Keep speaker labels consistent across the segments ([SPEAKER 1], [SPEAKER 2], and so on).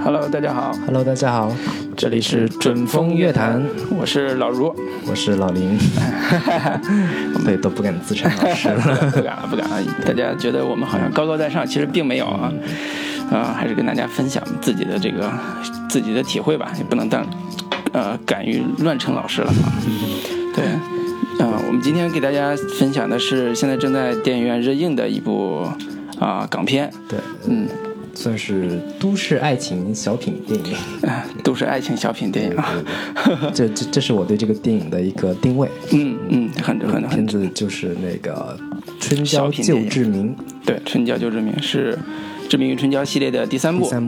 [SPEAKER 1] Hello， 大家好。
[SPEAKER 2] Hello， 大家好，
[SPEAKER 1] 这里是准风乐坛，我是老如，
[SPEAKER 2] 我是老林。对，都不敢自称老师了，
[SPEAKER 1] 不敢了。大家觉得我们好像高高在上，其实并没有啊。还是跟大家分享自己的体会吧，也不能敢于乱称老师了啊。对，我们今天给大家分享的是现在正在电影院热映的一部港片。
[SPEAKER 2] 对，算是都市爱情小品电影。
[SPEAKER 1] 都市爱情小品电影啊。
[SPEAKER 2] 这是我对这个电影的一个定位。
[SPEAKER 1] 很
[SPEAKER 2] 片子就是那个春娇救志明。
[SPEAKER 1] 对，春娇救志明是志明与春娇系列的第三部。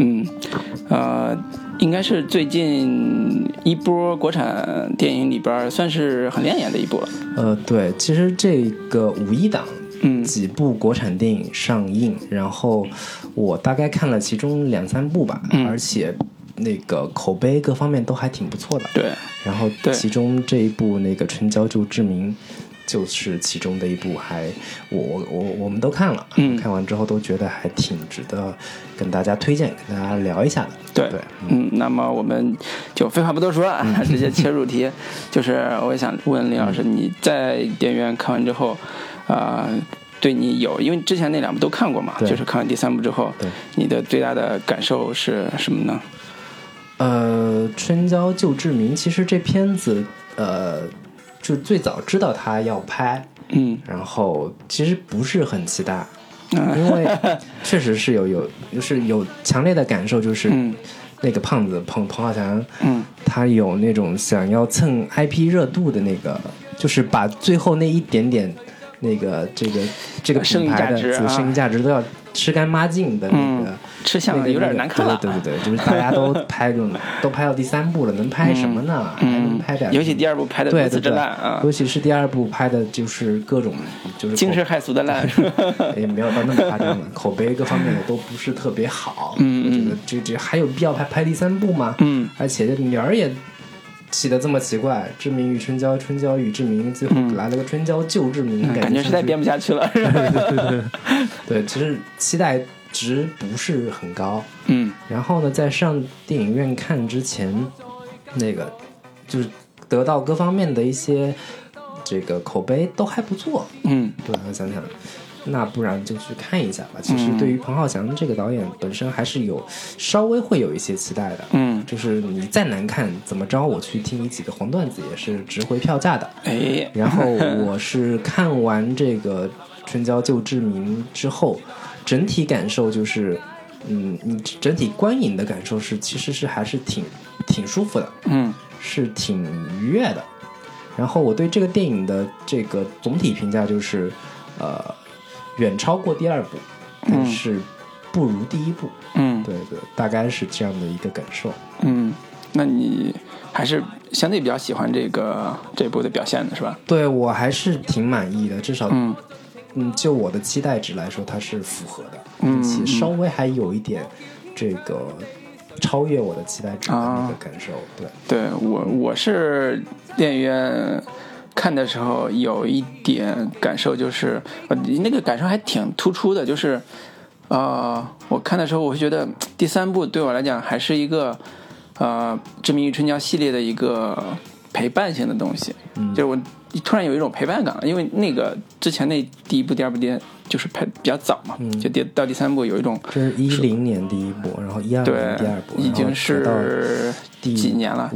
[SPEAKER 1] 应该是最近一波国产电影里边算是很亮眼的一部了。
[SPEAKER 2] 对，其实这个五一档几部国产电影上映，然后我大概看了其中2-3部吧，而且那个口碑各方面都还挺不错的。
[SPEAKER 1] 对，
[SPEAKER 2] 然后其中这一部那个春娇救志明就是其中的一部，我们都看了，看完之后都觉得还挺值得跟大家推荐，跟大家聊一下的。
[SPEAKER 1] 对，那么我们就废话不多说了，直接切入题。就是我也想问林老师，你在电影院看完之后，对你因为之前那2部都看过嘛，就是看完第3部之后，你的最大的感受是什么呢？
[SPEAKER 2] 春娇救志明，其实这片子就最早知道他要拍，然后其实不是很期待，因为确实是有强烈的感受，就是那个胖子彭浩翔，他有那种想要蹭 IP 热度的那个，就是把最后那一点点那个这个品牌的剩余价值都要吃干抹净的那个，
[SPEAKER 1] 吃相有点难看了。
[SPEAKER 2] 对，就是大家都拍到第3部了，能拍什么呢？还能拍点，
[SPEAKER 1] 尤其第2部拍的如此之烂啊！
[SPEAKER 2] 尤其是第2部拍的就是各种就是
[SPEAKER 1] 惊世骇俗的烂，
[SPEAKER 2] 也没有到那么夸张了，口碑各方面也都不是特别好。我觉得这还有必要拍第3部吗？而且这名儿也起得这么奇怪，志明与春娇，春娇与志明，最后来了个春娇救志明，
[SPEAKER 1] 感觉实在编不下去了。
[SPEAKER 2] 对，其实期待值不是很高。然后呢，在上电影院看之前，那个就是得到各方面的一些这个口碑都还不错。对，我想想，那不然就去看一下吧。其实对于彭浩翔这个导演本身还是稍微会有一些期待的。就是你再难看怎么着，我去听你几个黄段子也是值回票价的。然后我是看完这个春娇救志明之后，整体感受就是你整体观影的感受是其实是还是挺舒服的，是挺愉悦的。然后我对这个电影的这个总体评价就是远超过第2部，但是不如第1部。对，大概是这样的一个感受。
[SPEAKER 1] 那你还是相对比较喜欢这部的表现的是吧？
[SPEAKER 2] 对，我还是挺满意的，至少就我的期待值来说，它是符合的，并且稍微还有一点这个超越我的期待值的那个感受。
[SPEAKER 1] 对，我是电影院看的时候有一点感受，就是那个感受还挺突出的，就是我看的时候我会觉得第3部对我来讲还是一个志明与春娇系列的一个陪伴性的东西。就是我突然有一种陪伴感了，因为那个之前那第1部第2部就是拍比较早嘛，就到第3部有一种，
[SPEAKER 2] 这是10年第1部，然后12年第2部，
[SPEAKER 1] 已经是几年了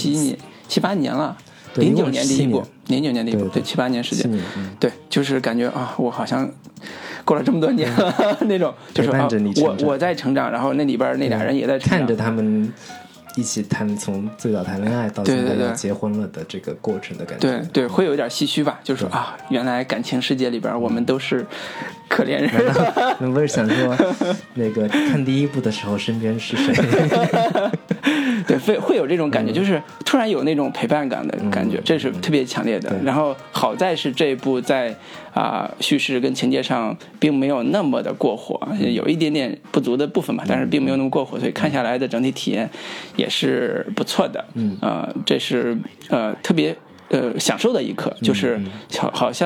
[SPEAKER 1] ，7、8年了。09年第1部，09年第1部，对，7、8年时间。对，就是感觉我好像过了这么多年了那种，就是我在成长，然后那里边那俩人也在成长，
[SPEAKER 2] 看着他们一起从最早谈恋爱到现在要结婚了的这个过程的感觉。
[SPEAKER 1] 对，会有一点唏嘘吧，就是说原来感情世界里边我们都是可怜人。
[SPEAKER 2] 那我也想说，那个看第1部的时候身边是谁？
[SPEAKER 1] 对，会有这种感觉，就是突然有那种陪伴感的感觉，这是特别强烈的。然后好在是这一部在叙事跟情节上并没有那么的过火，有一点点不足的部分嘛，但是并没有那么过火，所以看下来的整体体验也是不错的。这是特别享受的一刻，就是好像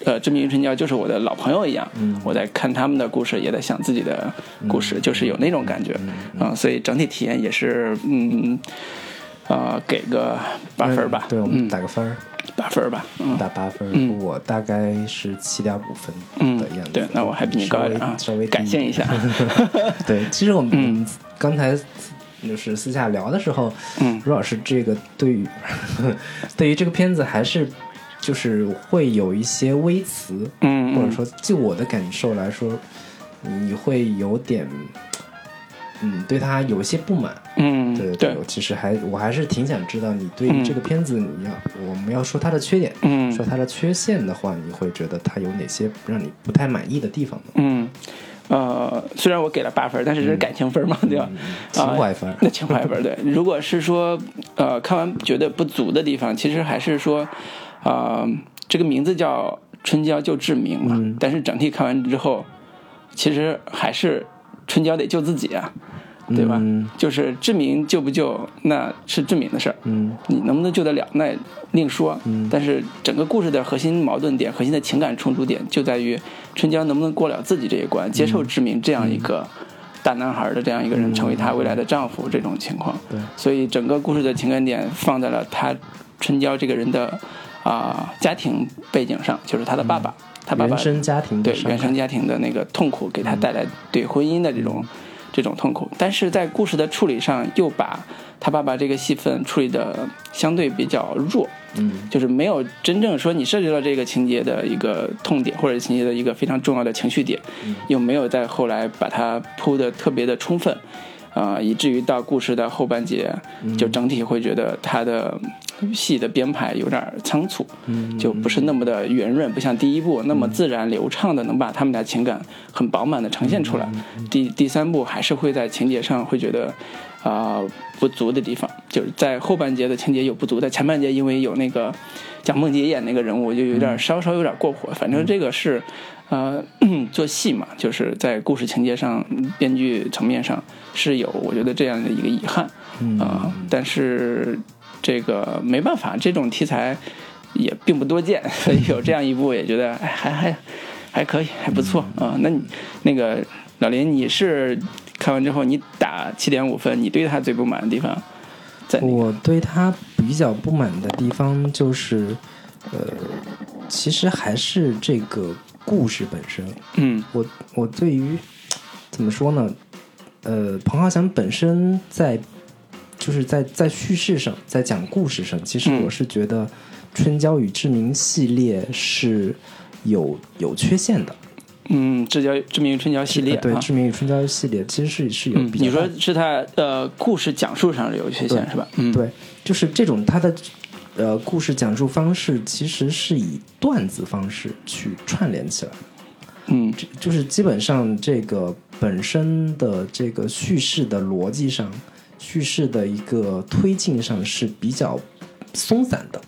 [SPEAKER 1] 志明与春娇就是我的老朋友一样，我在看他们的故事，也在想自己的故事，就是有那种感觉所以整体体验也是给个8分吧。
[SPEAKER 2] 对，我们打个分
[SPEAKER 1] 8分吧，
[SPEAKER 2] 打8分。我大概是7.5分的样子。
[SPEAKER 1] 对，那我还比你高一点啊，
[SPEAKER 2] 稍微
[SPEAKER 1] 感谢一下。
[SPEAKER 2] 对，其实我们刚才就是私下聊的时候，卢老师这个对于这个片子还是就是会有一些微词，或者说就我的感受来说，你会有点对他有一些不满。对，其实我还是挺想知道你对于这个片子，我们要说它的缺点，说它的缺陷的话，你会觉得它有哪些让你不太满意的地方呢？
[SPEAKER 1] 虽然我给了8分，但是这是感情分嘛，对吧？
[SPEAKER 2] 情怀分，
[SPEAKER 1] 那情怀分对。如果是说看完觉得不足的地方，其实还是说这个名字叫春娇救志明嘛，但是整体看完之后，其实还是春娇得救自己啊。对吧？就是志明救不救那是志明的事儿，你能不能救得了那另说。但是整个故事的核心矛盾点、核心的情感冲突点就在于春娇能不能过了自己这一关，接受志明这样一个大男孩的这样一个人成为她未来的丈夫这种情况。所以整个故事的情感点放在了她春娇这个人的家庭背景上，就是她的爸爸，她爸爸
[SPEAKER 2] 原生家庭
[SPEAKER 1] 对原生家庭的那个痛苦给她带来对婚姻的这种痛苦，但是在故事的处理上又把他爸爸这个戏份处理的相对比较弱，就是没有真正说你设计了这个情节的一个痛点或者情节的一个非常重要的情绪点，又没有在后来把它铺的特别的充分，以至于到故事的后半节，就整体会觉得他的戏的编排有点仓促，就不是那么的圆润，不像第一部那么自然流畅的能把他们的情感很饱满的呈现出来。第三部还是会在情节上会觉得不足的地方，就是在后半节的情节有不足，在前半节因为有那个蒋梦婕演那个人物就有点稍稍有点过火，反正这个是做戏嘛，就是在故事情节上编剧层面上是有我觉得这样的一个遗憾但是这个没办法，这种题材也并不多见，所以有这样一部也觉得还可以，还不错那你那个老林，你是看完之后你打7.5分，你对他最不满的地方在哪？
[SPEAKER 2] 我对他比较不满的地方就是其实还是这个故事本身。我对于怎么说呢彭浩翔本身就是在叙事上，在讲故事上，其实我是觉得春娇与志明系列是有缺陷的。
[SPEAKER 1] 志明与春娇系列，
[SPEAKER 2] 对，志明与春娇系列其实是有比较
[SPEAKER 1] 你说是他故事讲述上有缺陷是吧？
[SPEAKER 2] 对，就是这种他的故事讲述方式其实是以段子方式去串联起来的。就是基本上这个本身的这个叙事的逻辑上，叙事的一个推进上是比较松散的。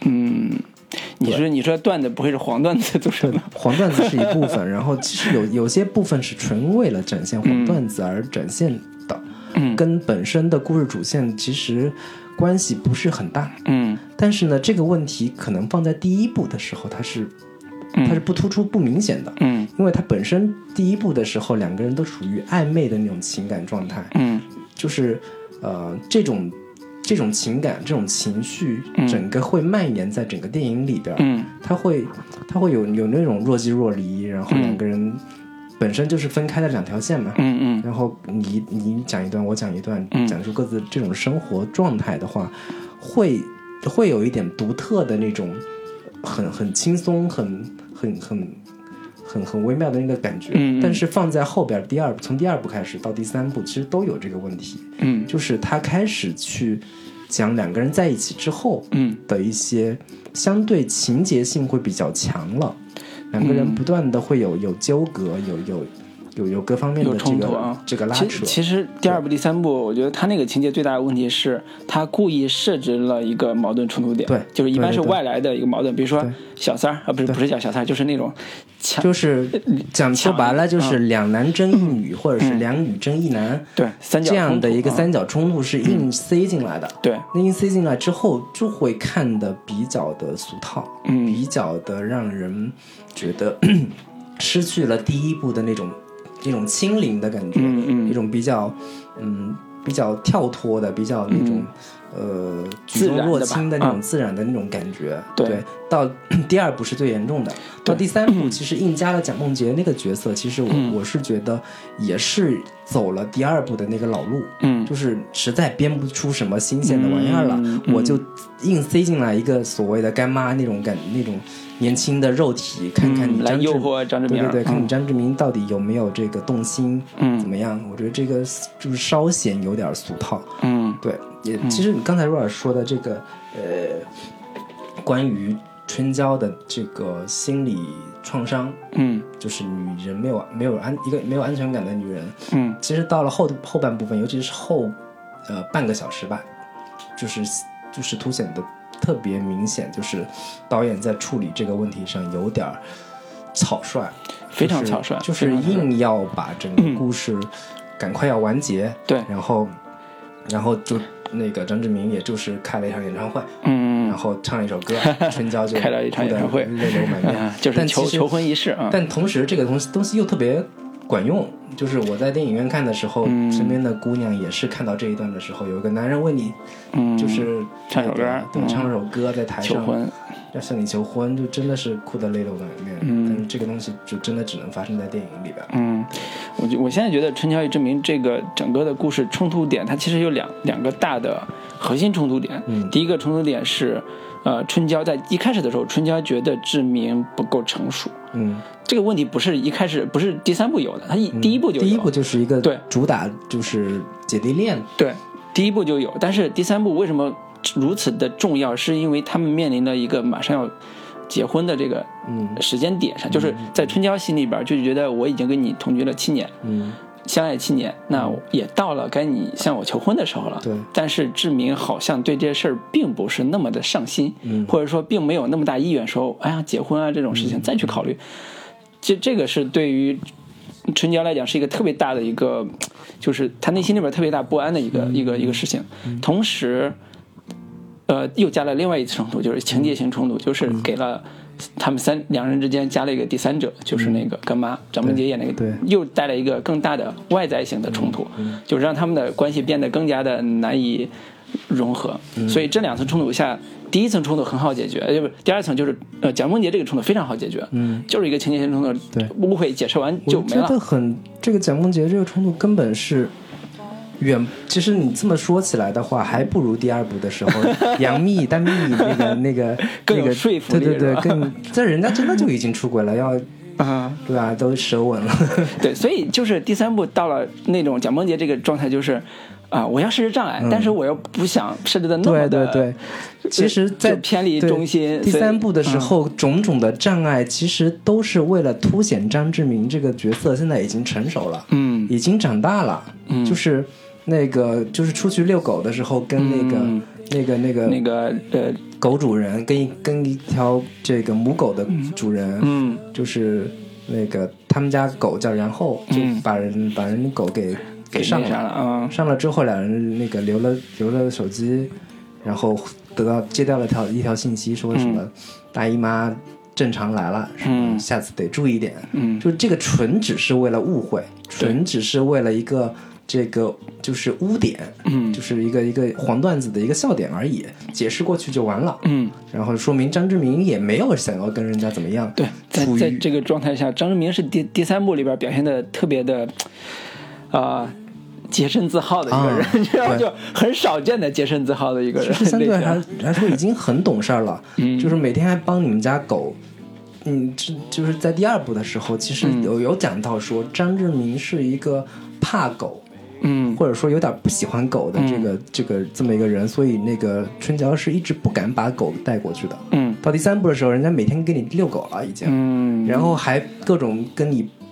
[SPEAKER 1] 你说段子不会是黄段子组成的？
[SPEAKER 2] 黄段子是一部分，然后其实有些部分是纯为了展现黄段子而展现的，跟本身的故事主线其实关系不是很大。但是呢，这个问题可能放在第一部的时候，它是不突出不明显的。因为它本身第一部的时候两个人都属于暧昧的那种情感状态。就是这种情感这种情绪整个会蔓延在整个电影里边。它会有那种若即若离，然后两个人本身就是分开的两条线嘛。然后你讲一段我讲一段，讲述各自这种生活状态的话，会有一点独特的那种很轻松很微妙的那个感觉。但是放在后边从第二部开始到第三部其实都有这个问题。就是他开始去讲两个人在一起之后的一些相对情节性会比较强了，两个人不断的会有纠葛， 有各方面的
[SPEAKER 1] 冲突
[SPEAKER 2] 这个拉扯。
[SPEAKER 1] 其实第2部第3部我觉得他那个情节最大的问题是他故意设置了一个矛盾冲突点，
[SPEAKER 2] 对，
[SPEAKER 1] 就是一般是外来的一个矛盾，比如说小三儿不是叫小三儿，就是那种
[SPEAKER 2] 就是讲说白了就是两男争一女，或者是两女争一男，
[SPEAKER 1] 对，
[SPEAKER 2] 这样的一个三角冲突是硬塞进来的，
[SPEAKER 1] 对，
[SPEAKER 2] 那硬塞进来之后就会看得比较的俗套，比较的让人觉得失去了第1部的那种轻灵的感觉，一种比较跳脱的，比较那种举重若轻的那种自然的那种感觉。对，到第2部是最严重的，到第3部其实硬加了蒋梦婕那个角色，其实我是觉得也是走了第2部的那个老路，就是实在编不出什么新鲜的玩意儿了，我就硬塞进来一个所谓的干妈那种年轻的肉体，看看你
[SPEAKER 1] 来诱惑张志明，
[SPEAKER 2] 对，看你张志明到底有没有这个动心，怎么样？我觉得这个就是稍显有点俗套，对，也其实你刚才若尔说的这个关于春娇的这个心理创伤，就是女人没有安全感的女人，其实到了后半部分，尤其是后半个小时吧，就是凸显的特别明显，就是导演在处理这个问题上有点草率，
[SPEAKER 1] 非常草率，
[SPEAKER 2] 就是硬要把整个故事赶快要完结，
[SPEAKER 1] 对，
[SPEAKER 2] 然后就那个张志明也就是开了一场演唱会，然后唱了一首歌，春娇就
[SPEAKER 1] 开了一场演唱会，
[SPEAKER 2] 泪流满面，
[SPEAKER 1] 就是求婚仪式啊。
[SPEAKER 2] 但同时这个东西又特别管用，就是我在电影院看的时候，身边的姑娘也是看到这一段的时候，有一个男人问你，就是
[SPEAKER 1] 唱首歌，
[SPEAKER 2] 对，唱首歌在台上
[SPEAKER 1] 求婚，
[SPEAKER 2] 要向你求婚，就真的是哭得泪流满面。但是这个东西就真的只能发生在电影里边。
[SPEAKER 1] 我现在觉得《春娇与志明》这个整个的故事冲突点，它其实有两个大的核心冲突点。第一个冲突点是，春娇在一开始的时候，春娇觉得志明不够成熟。这个问题不是一开始，不是第3部有的，它第一部就有。
[SPEAKER 2] 第一部就是一个
[SPEAKER 1] 对
[SPEAKER 2] 主打就是姐弟恋，
[SPEAKER 1] 对，第一部就有。但是第3部为什么如此的重要？是因为他们面临了一个马上要结婚的这个时间点上，就是在春娇心里边就觉得我已经跟你同居了7年，相爱7年，那也到了该你向我求婚的时候了。
[SPEAKER 2] 对，
[SPEAKER 1] 但是志明好像对这些事儿并不是那么的上心，或者说并没有那么大意愿说，哎呀，结婚啊这种事情再去考虑。这个是对于春娇来讲是一个特别大的一个，就是他内心里边特别大不安的一个事情。同时，又加了另外一次冲突，就是情节性冲突，就是给了他们两人之间加了一个第三者，就是那个干妈张梦婕演那个，又带来一个更大的外在性的冲突，就是让他们的关系变得更加的难以融合。所以这2层冲突下，第一层冲突很好解决，第2层就是蒋梦婕这个冲突非常好解决，就是一个情节性冲突，对，误会解释完就没了。
[SPEAKER 2] 我觉得这个蒋梦婕这个冲突根本是其实你这么说起来的话，还不如第2部的时候杨幂单幂那个
[SPEAKER 1] 更有说服力，
[SPEAKER 2] 对，这人家真的就已经出轨了，要对吧？都舌吻了。
[SPEAKER 1] 对，所以就是第3部到了那种蒋梦婕这个状态，就是我要设置障碍，但是我又不想设置的那么的，
[SPEAKER 2] 对，其实在
[SPEAKER 1] 偏离中心。
[SPEAKER 2] 第3部的时候，种种的障碍其实都是为了凸显张志明这个角色现在已经成熟了，已经长大了，就是那个就是出去遛狗的时候，跟那个狗主人跟一条这个母狗的主人，就是那个他们家狗叫然后，就把人狗给上了，上了之后2人那个留了手机，然后接到了一条信息，说什么大姨妈正常来了，下次得注意点，就这个纯只是为了误会，纯只是为了一个这个就是污点，就是一个黄段子的一个笑点而已，解释过去就完了，然后说明张志明也没有想要跟人家怎么样。
[SPEAKER 1] 对，在这个状态下，张志明是第3部里边表现的特别的洁身自好的一个人，这样就很少见的洁身自好的一个人，
[SPEAKER 2] 其实相对来说已经很懂事了，就是每天还帮你们家狗。就是在第2部的时候，其实有讲到说张志明是一个怕狗，或者说有点不喜欢狗的这么一个人，所以那个春娇是一直不敢把狗带过去的。到第3部的时候，人家每天给你遛狗了已经，然后还各种跟你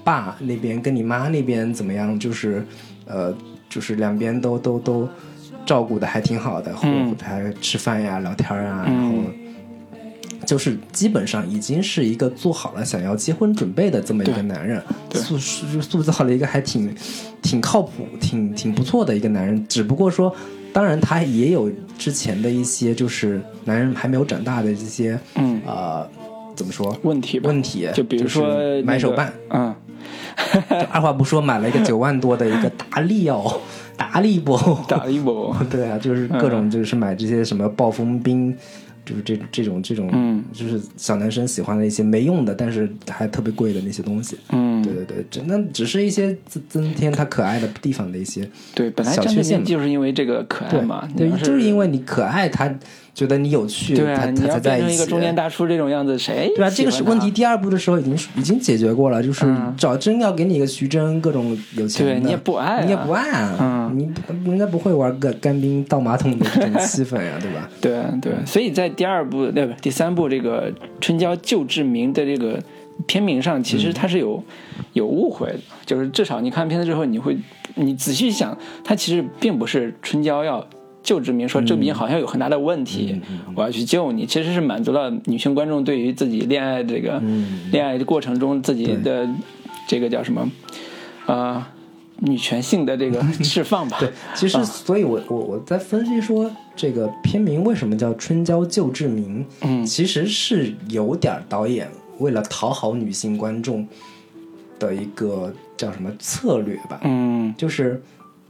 [SPEAKER 2] 爸那边跟你妈那边怎么样，就是两边都照顾的还挺好的，还吃饭呀聊天啊，然后就是基本上已经是一个做好了想要结婚准备的这么一个男人，塑造了一个还挺靠谱挺不错的一个男人。只不过说当然他也有之前的一些就是男人还没有长大的这些怎么说
[SPEAKER 1] 问题，就比如说、
[SPEAKER 2] 就是买手办，就二话不说买了一个9万多的一个达利波，对啊，就是各种就是买这些什么暴风兵，就是这种就是小男生喜欢的一些没用的但是还特别贵的那些东西。对，那只是一些增添他可爱的地方的一些
[SPEAKER 1] 对，本来张志明就是因为这个可爱嘛，
[SPEAKER 2] 对，就是因为你可爱，他觉得你有趣，
[SPEAKER 1] 对啊，
[SPEAKER 2] 他
[SPEAKER 1] 你要
[SPEAKER 2] 才在一起。
[SPEAKER 1] 变成一个中年大叔这种样子，谁
[SPEAKER 2] 对啊，这个是问题。第2部的时候已经解决过了，就是真要给你一个徐峥各种有钱的，
[SPEAKER 1] 对你也不爱
[SPEAKER 2] 啊，人家不会玩个干冰倒马桶的这种气氛呀，对吧？
[SPEAKER 1] 对，所以在第3部这个春娇救志明的这个片名上，其实它是有误会的，就是至少你看片子之后，你仔细想，它其实并不是春娇要救志明，说志明好像有很大的问题，我要去救你，其实是满足了女性观众对于自己恋爱这个恋爱的过程中自己的这个叫什么女权性的这个释放吧。
[SPEAKER 2] 对，其实所以我在分析说这个片名为什么叫春娇救志明，其实是有点导演为了讨好女性观众的一个叫什么策略吧。就是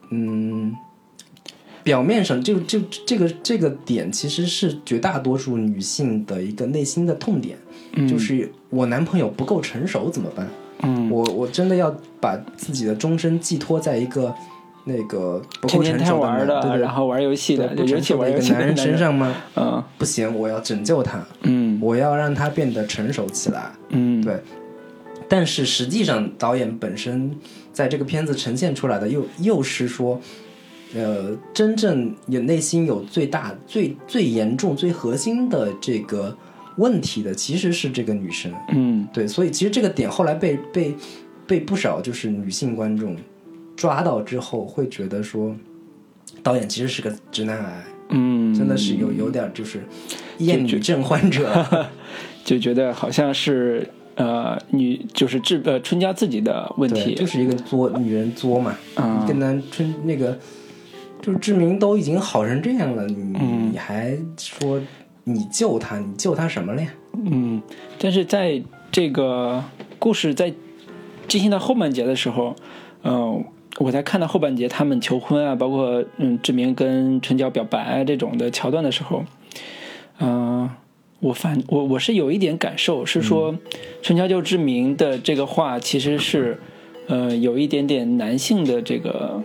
[SPEAKER 2] 表面上就这个点其实是绝大多数女性的一个内心的痛点，就是我男朋友不够成熟怎么办？我真的要把自己的终身寄托在一个那个不够成熟的
[SPEAKER 1] 男
[SPEAKER 2] 对，
[SPEAKER 1] 然后玩游戏的，
[SPEAKER 2] 尤其玩游戏的男人身上吗？不行，我要拯救他，我要让他变得成熟起来，对。但是实际上，导演本身在这个片子呈现出来的又是说，真正有内心有最大、最严重、最核心的这个问题的，其实是这个女生。对，所以其实这个点后来被不少就是女性观众抓到之后，会觉得说，导演其实是个直男癌。真的是有点就是厌女症患者，
[SPEAKER 1] 就觉得好像是。就是春娇自己的问题，
[SPEAKER 2] 就是一个女人作嘛，跟那个就是志明都已经好成这样了，你还说你救他什么了呀？
[SPEAKER 1] 但是在这个故事在进行到后半节的时候，我在看到后半节他们求婚啊，包括志明跟春娇表白这种的桥段的时候，我是有一点感受，是说春娇救志明的这个话其实是有一点点男性的这个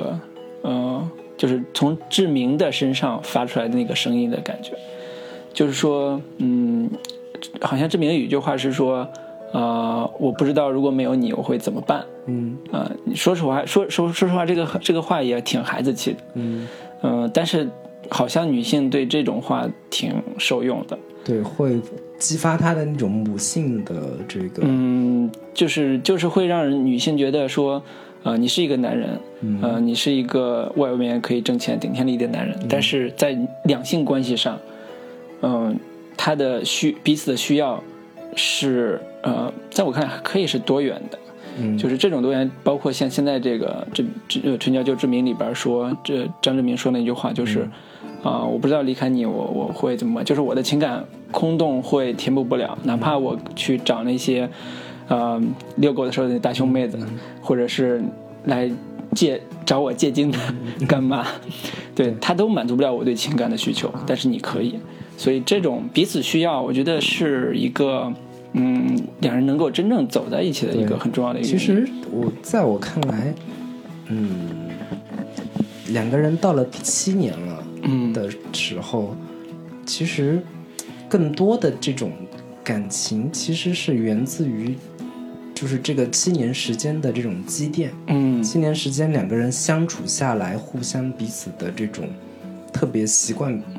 [SPEAKER 1] 就是从志明的身上发出来的那个声音的感觉，就是说好像志明有一句话是说我不知道如果没有你我会怎么办。说实话这个话也挺孩子气的。但是好像女性对这种话挺受用的，
[SPEAKER 2] 对，会激发她的那种母性的这个，
[SPEAKER 1] 就是会让女性觉得说，你是一个男人，你是一个外面可以挣钱顶天立地的男人，但是在两性关系上，他的彼此的需要是在我看来可以是多元的。就是这种多元，包括像现在这个春娇救志明里边说，这张志明说那句话就是，我不知道离开你我会怎么，就是我的情感空洞会填补不了，哪怕我去找那些遛狗的时候的大胸妹子，或者是来找我借精的干妈，对，他都满足不了我对情感的需求，但是你可以，所以这种彼此需要，我觉得是一个。两人能够真正走在一起的一个很重要的一个。
[SPEAKER 2] 其实在我看来，两个人到了第7年了的时候，其实更多的这种感情其实是源自于就是这个7年时间的这种积淀。7年时间两个人相处下来，互相彼此的这种特别习惯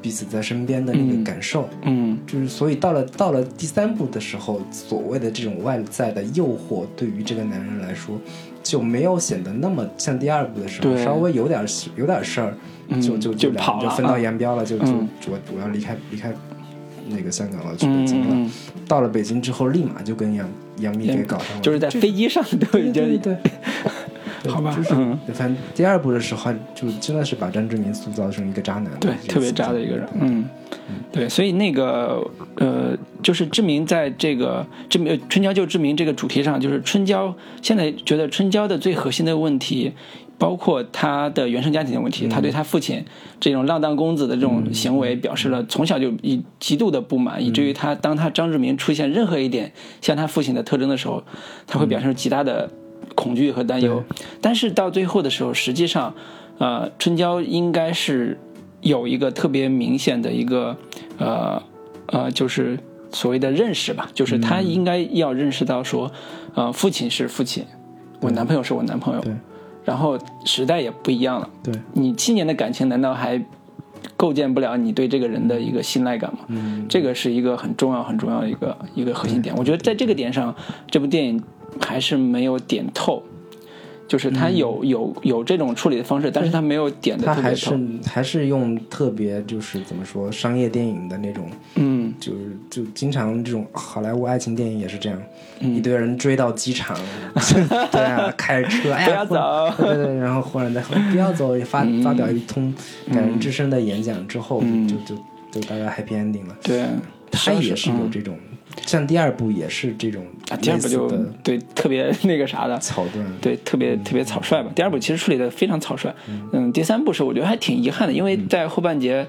[SPEAKER 2] 彼此在身边的那个感受，就是所以到了第3部的时候，所谓的这种外在的诱惑，对于这个男人来说，就没有显得那么像第2部的时候，稍微有点事儿，就
[SPEAKER 1] 跑了，
[SPEAKER 2] 就分道扬镳了，就我要离开那个香港了，去北京了。到了北京之后，立马就跟杨幂给搞上了，
[SPEAKER 1] 就是在飞机上都已经
[SPEAKER 2] 对。好吧，就是反正第2部的时候，就真的是把张志明塑造成一个渣男，
[SPEAKER 1] 对，特别渣的一个人，对，所以那个就是志明在这个春娇救志明这个主题上，就是春娇现在觉得春娇的最核心的问题，包括他的原生家庭的问题，他对他父亲这种浪荡公子的这种行为表示了从小就极度的不满，以至于当他张志明出现任何一点像他父亲的特征的时候，他会表现出极大的恐惧和担忧。但是到最后的时候，实际上春娇应该是有一个特别明显的一个就是所谓的认识吧，就是他应该要认识到说父亲是父亲，我男朋友是我男朋友，然后时代也不一样了，
[SPEAKER 2] 对，
[SPEAKER 1] 你7年的感情难道还构建不了你对这个人的一个信赖感吗？这个是一个很重要的一个核心点。我觉得在这个点上，这部电影还是没有点透，就是他有这种处理的方式，但是他没有点的特别透，
[SPEAKER 2] 他还是用特别就是怎么说商业电影的那种，就经常这种好莱坞爱情电影也是这样，一堆人追到机场，对啊，开着车，哎呀，
[SPEAKER 1] 不要走，
[SPEAKER 2] 对，然后忽然在后面不要走，发表一通感人至深的演讲之后，就大家 happy ending 了。
[SPEAKER 1] 对，
[SPEAKER 2] 他也是有这种。像第2部也是这种
[SPEAKER 1] 第2部就对特别那个啥的
[SPEAKER 2] 草段，
[SPEAKER 1] 对特别草率吧。第2部其实处理的非常草率，第3部是我觉得还挺遗憾的，因为在后半节，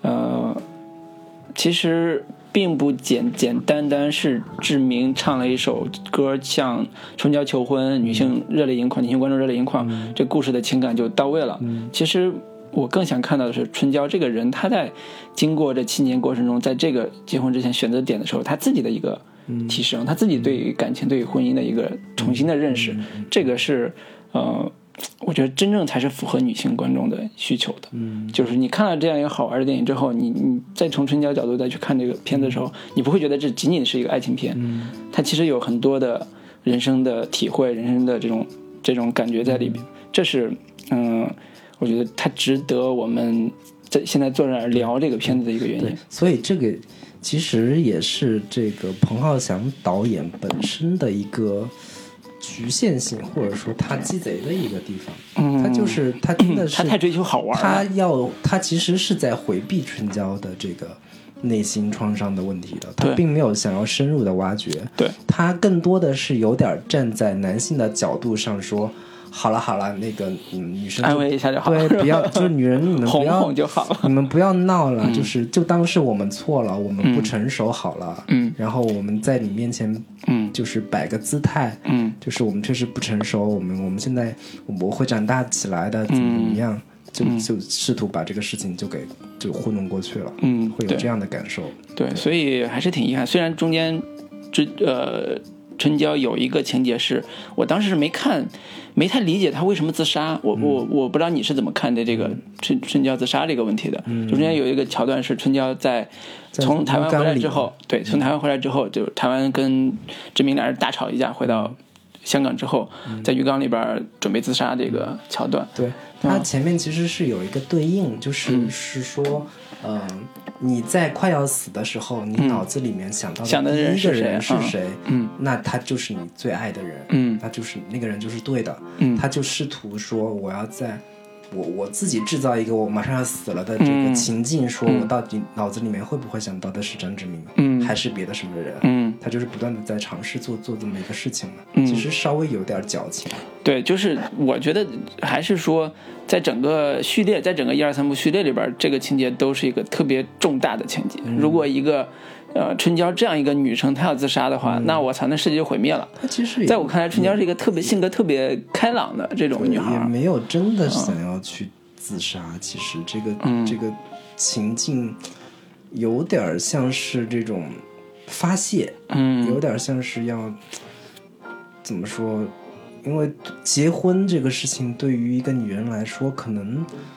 [SPEAKER 1] 其实并不简单是志明唱了一首歌向春娇求婚，女性热泪盈眶，女性观众热泪盈眶，这故事的情感就到位了。其实我更想看到的是春娇这个人，他在经过这7年过程中，在这个结婚之前选择点的时候，他自己的一个提升，他自己对于感情对于婚姻的一个重新的认识，这个是我觉得真正才是符合女性观众的需求的。就是你看了这样一个好玩的电影之后，你再从春娇角度再去看这个片子的时候，你不会觉得这仅仅是一个爱情片，它其实有很多的人生的体会，人生的这种感觉在里边。这是我觉得它值得我们现在坐这儿聊这个片子的一个原因。
[SPEAKER 2] 所以这个其实也是这个彭浩翔导演本身的一个局限性，或者说他鸡贼的一个地方。他就是他真的是
[SPEAKER 1] 他太追求好玩
[SPEAKER 2] 了，他其实是在回避春娇的这个内心创伤的问题的，他并没有想要深入的挖掘。
[SPEAKER 1] 对，
[SPEAKER 2] 他更多的是有点站在男性的角度上说，好了，那个女生
[SPEAKER 1] 安慰一下就好了，
[SPEAKER 2] 对，不要就是女人，你们不要
[SPEAKER 1] 哄就好了，
[SPEAKER 2] 你们不要闹了，就当是我们错了，我们不成熟好了，然后我们在你面前，就是摆个姿态，就是我们确实不成熟，我们现在我会长大起来的，怎么样，就试图把这个事情就糊弄过去了，会有这样的感受，
[SPEAKER 1] 对，所以还是挺遗憾，虽然中间春娇有一个情节是我当时是没太理解他为什么自杀，我不知道你是怎么看的这个春娇自杀这个问题的。就中间有一个桥段是春娇从台湾回来之后，对，从台湾回来之后，就台湾跟志明俩人大吵一架，回到香港之后，在浴缸里边准备自杀这个桥段。
[SPEAKER 2] 对，他前面其实是有一个对应，是说，你在快要死的时候，你脑子里面想到的第一个人是谁？那他就是你最爱的人，他就是那个人就是对的，他就试图说我要在我自己制造一个我马上要死了的这个情境，说我到底脑子里面会不会想到的是张志明，还是别的什么人？他就是不断的在尝试做这么一个事情嘛，其实稍微有点矫情。
[SPEAKER 1] 对，就是我觉得还是说，在整个序列，在整个1、2、3部序列里边，这个情节都是一个特别重大的情节。如果一个春娇这样一个女生她要自杀的话，那我操，那世界就毁灭了。
[SPEAKER 2] 她其实
[SPEAKER 1] 在我看来，春娇是一个性格特别开朗的这种女孩，
[SPEAKER 2] 也没有真的想要去自杀。其实这个情境有点像是这种发泄，有点像是要怎么说？因为结婚这个事情对于一个女人来说，可能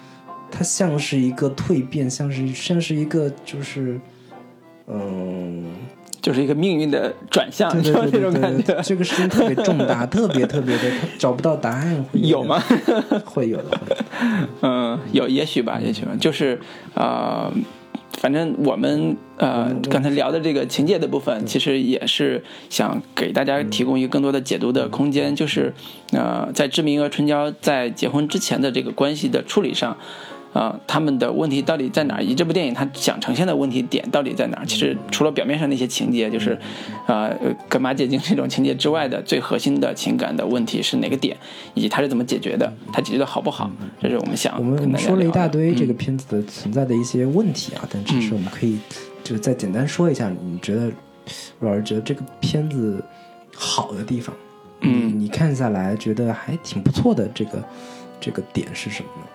[SPEAKER 2] 它像是一个蜕变，像是一个就是
[SPEAKER 1] 就是一个命运的转向，
[SPEAKER 2] 对
[SPEAKER 1] 这种感觉。
[SPEAKER 2] 这个事情特别重大，特别的，他找不到答案。
[SPEAKER 1] 有吗？
[SPEAKER 2] 会有的。
[SPEAKER 1] 也许吧，就是反正我们刚才聊的这个情节的部分，其实也是想给大家提供一个更多的解读的空间，就是在志明和春娇在结婚之前的这个关系的处理上。他们的问题到底在哪儿？以及这部电影它想呈现的问题点到底在哪儿？其实除了表面上那些情节，就是干妈结晶这种情节之外的最核心的情感的问题是哪个点，以及它是怎么解决的，它解决的好不好？这是我们想跟大家聊的。
[SPEAKER 2] 我们说了一大堆这个片子的存在的一些问题啊，但只是我们可以就是再简单说一下，你觉得老师觉得这个片子好的地方，你看下来觉得还挺不错的这个点是什么呢？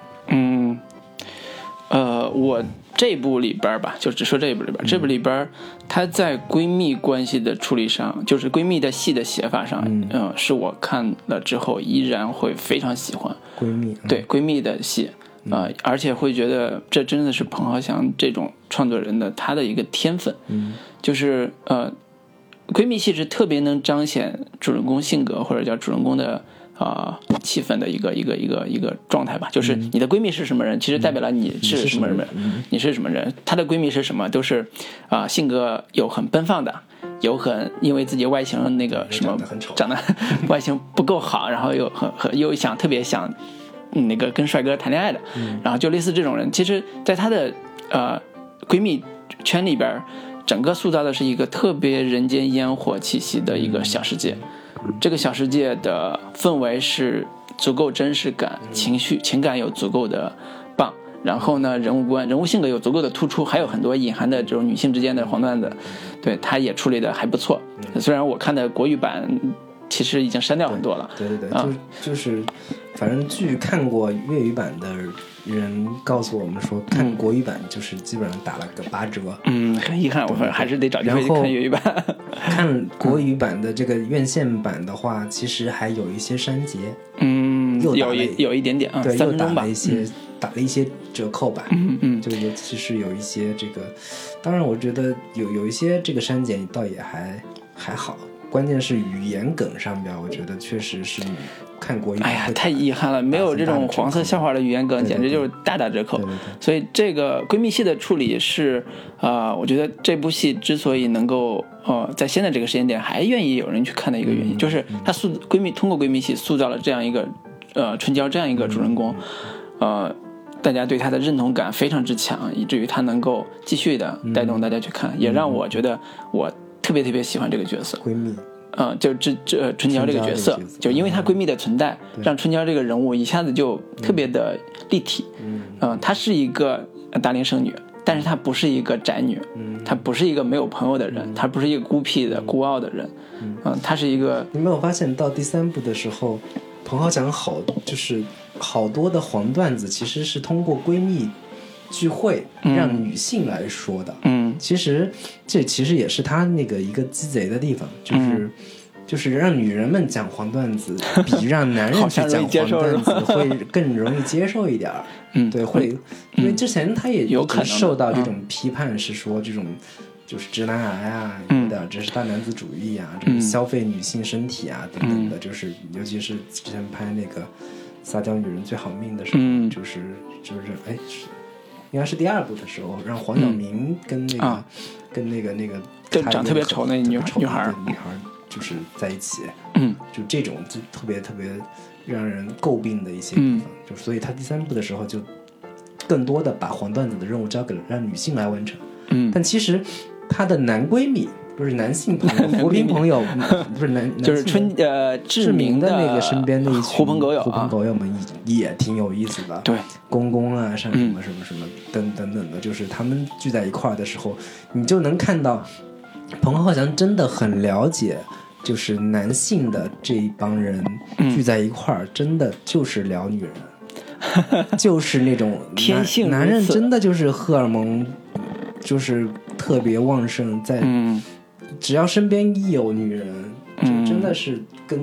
[SPEAKER 1] 我这部里边吧，就只说这部里边，这部里边它在闺蜜关系的处理上，就是闺蜜的戏的写法上，是我看了之后依然会非常喜欢
[SPEAKER 2] 闺蜜，
[SPEAKER 1] 对闺蜜的戏，而且会觉得这真的是彭浩翔这种创作人的他的一个天分，就是闺蜜戏是特别能彰显主人公性格或者叫主人公的。气氛的一个状态吧，就是你的闺蜜是什么人，其实代表了你是什么人，你是什么人。她的闺蜜是什么，都是性格有很奔放的，有很因为自己外形那个什么长得外形不够好，然后又特别想那个跟帅哥谈恋爱的，然后就类似这种人，其实在她的闺蜜圈里边，整个塑造的是一个特别人间烟火气息的一个小世界。这个小世界的氛围是足够真实感，情感有足够的棒，然后呢，人物性格有足够的突出，还有很多隐含的这种女性之间的黄段子，对，他也处理的还不错。虽然我看的国语版其实已经删掉很多了，
[SPEAKER 2] 对，就是反正据看过粤语版的人告诉我们说，看国语版就是基本上打了个8折。
[SPEAKER 1] 很遗憾，我还是得找机会去看粤语版。
[SPEAKER 2] 看国语版的这个院线版的话，其实还有一些删节，
[SPEAKER 1] 有一点点
[SPEAKER 2] 对，
[SPEAKER 1] 3分钟吧，
[SPEAKER 2] 打了一些折扣版，就尤其是有一些这个，当然我觉得有一些这个删减倒也还好。关键是语言梗上边，我觉得确实是看国语。
[SPEAKER 1] 哎呀，太遗憾了，没有这种黄色笑话的语言梗，简直就是大打折扣。
[SPEAKER 2] 对，
[SPEAKER 1] 所以这个闺蜜戏的处理是，我觉得这部戏之所以能够在现在这个时间点还愿意有人去看的一个原因，就是她通过闺蜜戏塑造了这样一个春娇这样一个主人公，大家对她的认同感非常之强，以至于她能够继续的带动大家去看，也让我觉得我特别特别喜欢这个角色
[SPEAKER 2] 闺蜜，
[SPEAKER 1] 就春娇这个角色，就因为她闺蜜的存在，让春娇这个人物一下子就特别的立体。她是一个大龄剩女，但是她不是一个宅女，她不是一个没有朋友的人，她不是一个孤僻的孤傲的人，她是一个。
[SPEAKER 2] 你没有发现到第3部的时候，彭浩翔就是好多的黄段子其实是通过闺蜜聚会让女性来说的。其实这其实也是他那个一个鸡贼的地方，就是让女人们讲黄段子比让男人去讲黄段子会更容易接受一点。对，会，因为之前他也有可能受到这种批判，是说这种就是直男癌啊，有点这是大男子主义啊，这个消费女性身体啊等等的，就是尤其是之前拍那个撒娇女人最好命的时候，就是哎。应该是第2部的时候，让黄晓明跟那个
[SPEAKER 1] 长特别丑那女孩
[SPEAKER 2] 就是在一起，就这种就特别特别让人诟病的一些地方，就所以他第3部的时候就更多的把黄段子的任务交给了让女性来完成，但其实他的男闺蜜。不是男性朋友，狐朋朋友不是
[SPEAKER 1] 就是志明
[SPEAKER 2] 的那个身边那一群
[SPEAKER 1] 狐朋狗友
[SPEAKER 2] 们也挺有意思的。
[SPEAKER 1] 对，
[SPEAKER 2] 公公啊，像什么什么什么等等的，就是他们聚在一块儿的时候，你就能看到彭浩翔真的很了解，就是男性的这一帮人聚在一块儿，真的就是聊女人，就是那种
[SPEAKER 1] 天性
[SPEAKER 2] 男人真的就是荷尔蒙，就是特别旺盛，在只要身边一有女人，就真的是跟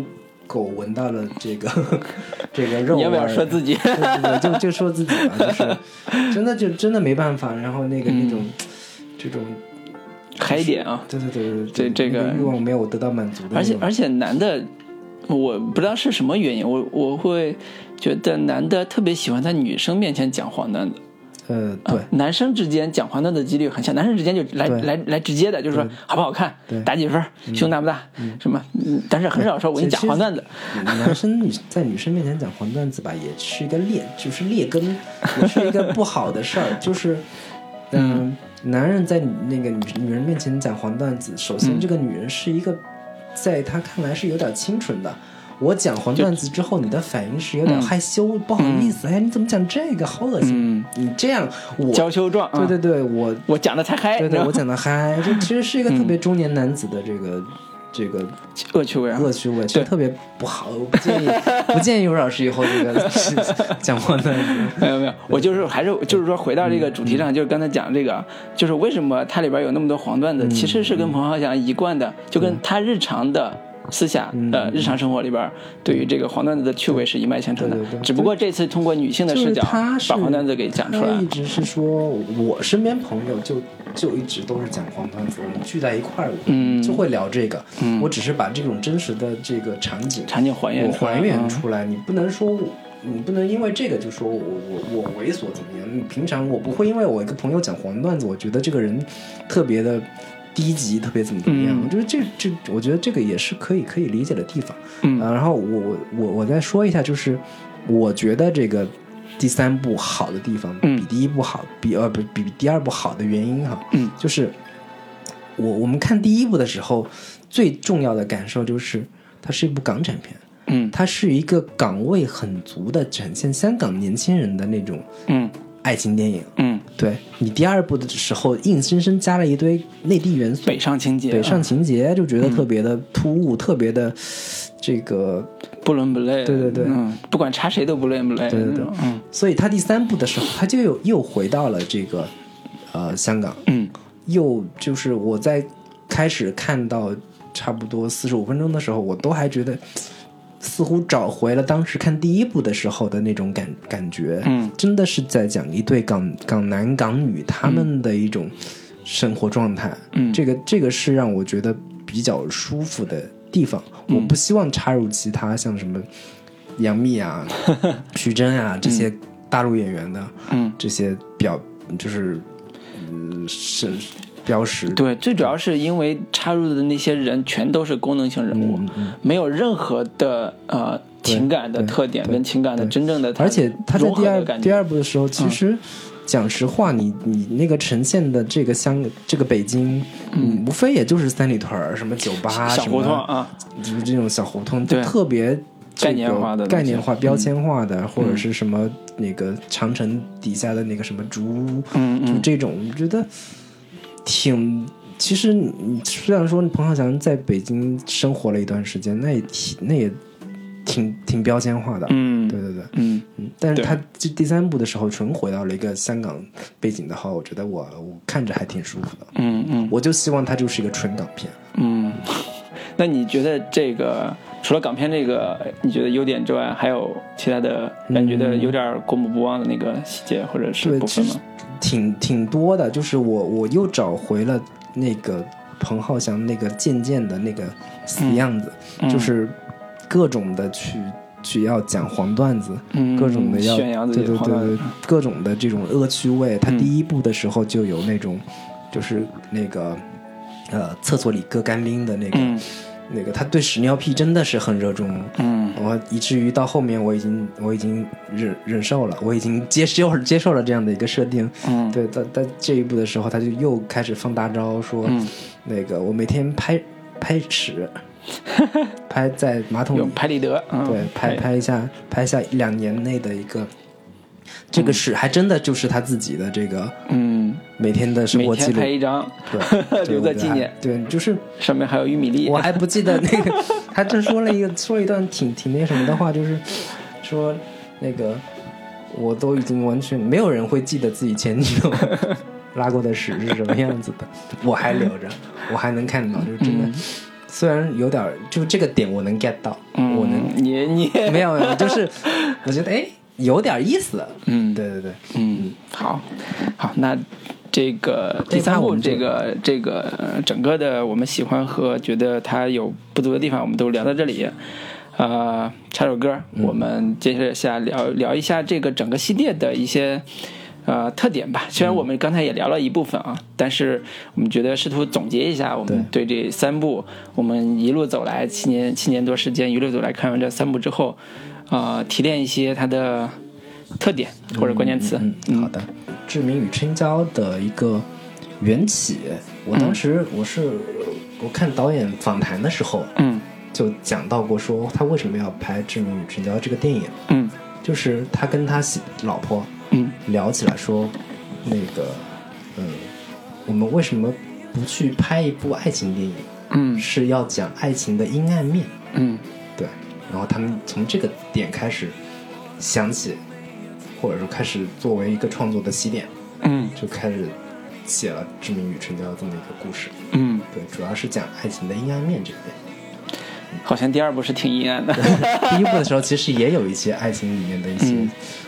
[SPEAKER 2] 狗闻到了这个肉味，
[SPEAKER 1] 你要不要说自己？
[SPEAKER 2] 对，就说自己吧，就是真的没办法。然后那种这种
[SPEAKER 1] 嗨点啊，
[SPEAKER 2] 对，
[SPEAKER 1] 这个
[SPEAKER 2] 欲望没有得到满足的。
[SPEAKER 1] 而且男的，我不知道是什么原因，我会觉得男的特别喜欢在女生面前讲黄段子。
[SPEAKER 2] 对，
[SPEAKER 1] 男生之间讲黄段子的几率很小，男生之间就来直接的，就是说好不好看，打几分，胸大不大，什么，但是很少说我给你讲黄段子。
[SPEAKER 2] 男生在女生面前讲黄段子吧，也是一个就是劣根，也是一个不好的事儿。就是男人在那个女人面前讲黄段子，首先这个女人是一个在他看来是有点清纯的。我讲黄段子之后，你的反应是有点害羞，不好意思，哎，你怎么讲这个，好恶心！你这样，我
[SPEAKER 1] 娇羞状，
[SPEAKER 2] 对，
[SPEAKER 1] 我讲的才嗨，
[SPEAKER 2] 对，我讲的嗨，这其实是一个特别中年男子的这个
[SPEAKER 1] 恶趣味，
[SPEAKER 2] 其实特别不好，我不建议尤老师以后这个讲黄段子。
[SPEAKER 1] 没有，我就是说回到这个主题上，就是刚才讲这个，就是为什么它里边有那么多黄段子，其实是跟彭浩翔一贯的，就跟他日常的思想日常生活里边对于这个黄段子的趣味是一脉相承的，
[SPEAKER 2] 对，
[SPEAKER 1] 只不过这次通过女性的视角把黄段子给讲出来。
[SPEAKER 2] 他一直是说，我身边朋友就一直都是讲黄段子，我们聚在一块儿，就会聊这个。我只是把这种真实的这个场景还原出来，你不能说。你不能因为这个就说我猥琐怎么样？你平常我不会因为我一个朋友讲黄段子，我觉得这个人特别的低级，特别怎么样？我觉得我觉得这个也是可以理解的地方。然后我再说一下，就是我觉得这个第三部好的地方，比第一部好，比第二部好的原因哈，就是我们看第一部的时候，最重要的感受就是它是一部港产片。它是一个港味很足的展现香港年轻人的那种爱情电影。对，你第二部的时候硬生生加了一堆内地元素，
[SPEAKER 1] 北上情节
[SPEAKER 2] 就觉得特别的突兀，特别的这个
[SPEAKER 1] 不伦不类。
[SPEAKER 2] 对，
[SPEAKER 1] 不管插谁都不伦不类。
[SPEAKER 2] 对，所以他第三部的时候，他就又回到了这个香港。又就是我在开始看到差不多45分钟的时候，我都还觉得似乎找回了当时看第一部的时候的那种感觉。真的是在讲一对港男港女他们的一种生活状态。这个是让我觉得比较舒服的地方。我不希望插入其他像什么杨幂啊徐峥啊这些大陆演员的这些就是标识。
[SPEAKER 1] 对，最主要是因为插入的那些人全都是功能性人物，没有任何的情感的特点跟情感的真正的。
[SPEAKER 2] 而且他在第二部的时候，其实讲实话，你那个呈现的这个北京，无非也就是三里屯什么酒吧、
[SPEAKER 1] 小胡同啊，
[SPEAKER 2] 就是这种小胡同，就特别
[SPEAKER 1] 概念化、
[SPEAKER 2] 标签化的，或者是什么那个长城底下的那个什么竹屋，就这种，我觉得。其实你虽然说彭浩翔在北京生活了一段时间，那也挺标签化的。对，但是他第三部的时候纯回到了一个香港背景的话，我觉得我看着还挺舒服的。我就希望它就是一个纯港片。
[SPEAKER 1] 那你觉得这个除了港片这个你觉得优点之外，还有其他的让你觉得有点过目不忘的那个细节或者是部分吗？
[SPEAKER 2] 挺多的，就是我又找回了那个彭浩翔那个渐渐的那个死样子，就是各种的去要讲黄段子，各种的要
[SPEAKER 1] 宣扬自己的黄段子，
[SPEAKER 2] 对，各种的这种恶趣味。他第一部的时候就有那种，就是那个厕所里割干冰的那个，他对屎尿屁真的是很热衷。我以至于到后面我已经忍受了，我已经接受了这样的一个设定。对，在这一步的时候，他就又开始放大招，说那个我每天拍屎，拍在马桶里，
[SPEAKER 1] 用拍立得，
[SPEAKER 2] 对，拍一下2年内的一个。这个屎还真的就是他自己的这个每天的生活记录，
[SPEAKER 1] 每天拍一张，
[SPEAKER 2] 对，
[SPEAKER 1] 留作纪念。
[SPEAKER 2] 对，就是
[SPEAKER 1] 上面还有玉米粒。
[SPEAKER 2] 我还不记得那个，他这说了一段挺那什么的话，就是说那个我都已经完全没有人会记得自己前女友拉过的屎是什么样子的，我还留着，我还能看到，就是真的。 虽然有点就这个点我能 get 到，我能
[SPEAKER 1] 你
[SPEAKER 2] 没有，就是我觉得有点意思。对，
[SPEAKER 1] 好，那这个第3部这个整个的我们喜欢和觉得它有不足的地方，我们都聊到这里。插首歌，我们接下来聊一下这个整个系列的一些特点吧。虽然我们刚才也聊了一部分啊，但是我们觉得试图总结一下我们对这3部，我们一路走来7年多时间，一路走来看完这3部之后，提炼一些它的特点或者关键词。
[SPEAKER 2] 好的，志明与春娇的一个缘起，我当时我看导演访谈的时候，就讲到过说他为什么要拍《志明与春娇》这个电影，就是他跟他老婆聊起来说，那个我们为什么不去拍一部爱情电影？是要讲爱情的阴暗面。对，然后他们从这个点开始想起，或者说开始作为一个创作的起点，就开始写了《志明与春娇》这么一个故事。对，主要是讲爱情的阴暗面这边。
[SPEAKER 1] 好像第2部是挺阴暗的。
[SPEAKER 2] 第1部的时候其实也有一些爱情里面的一些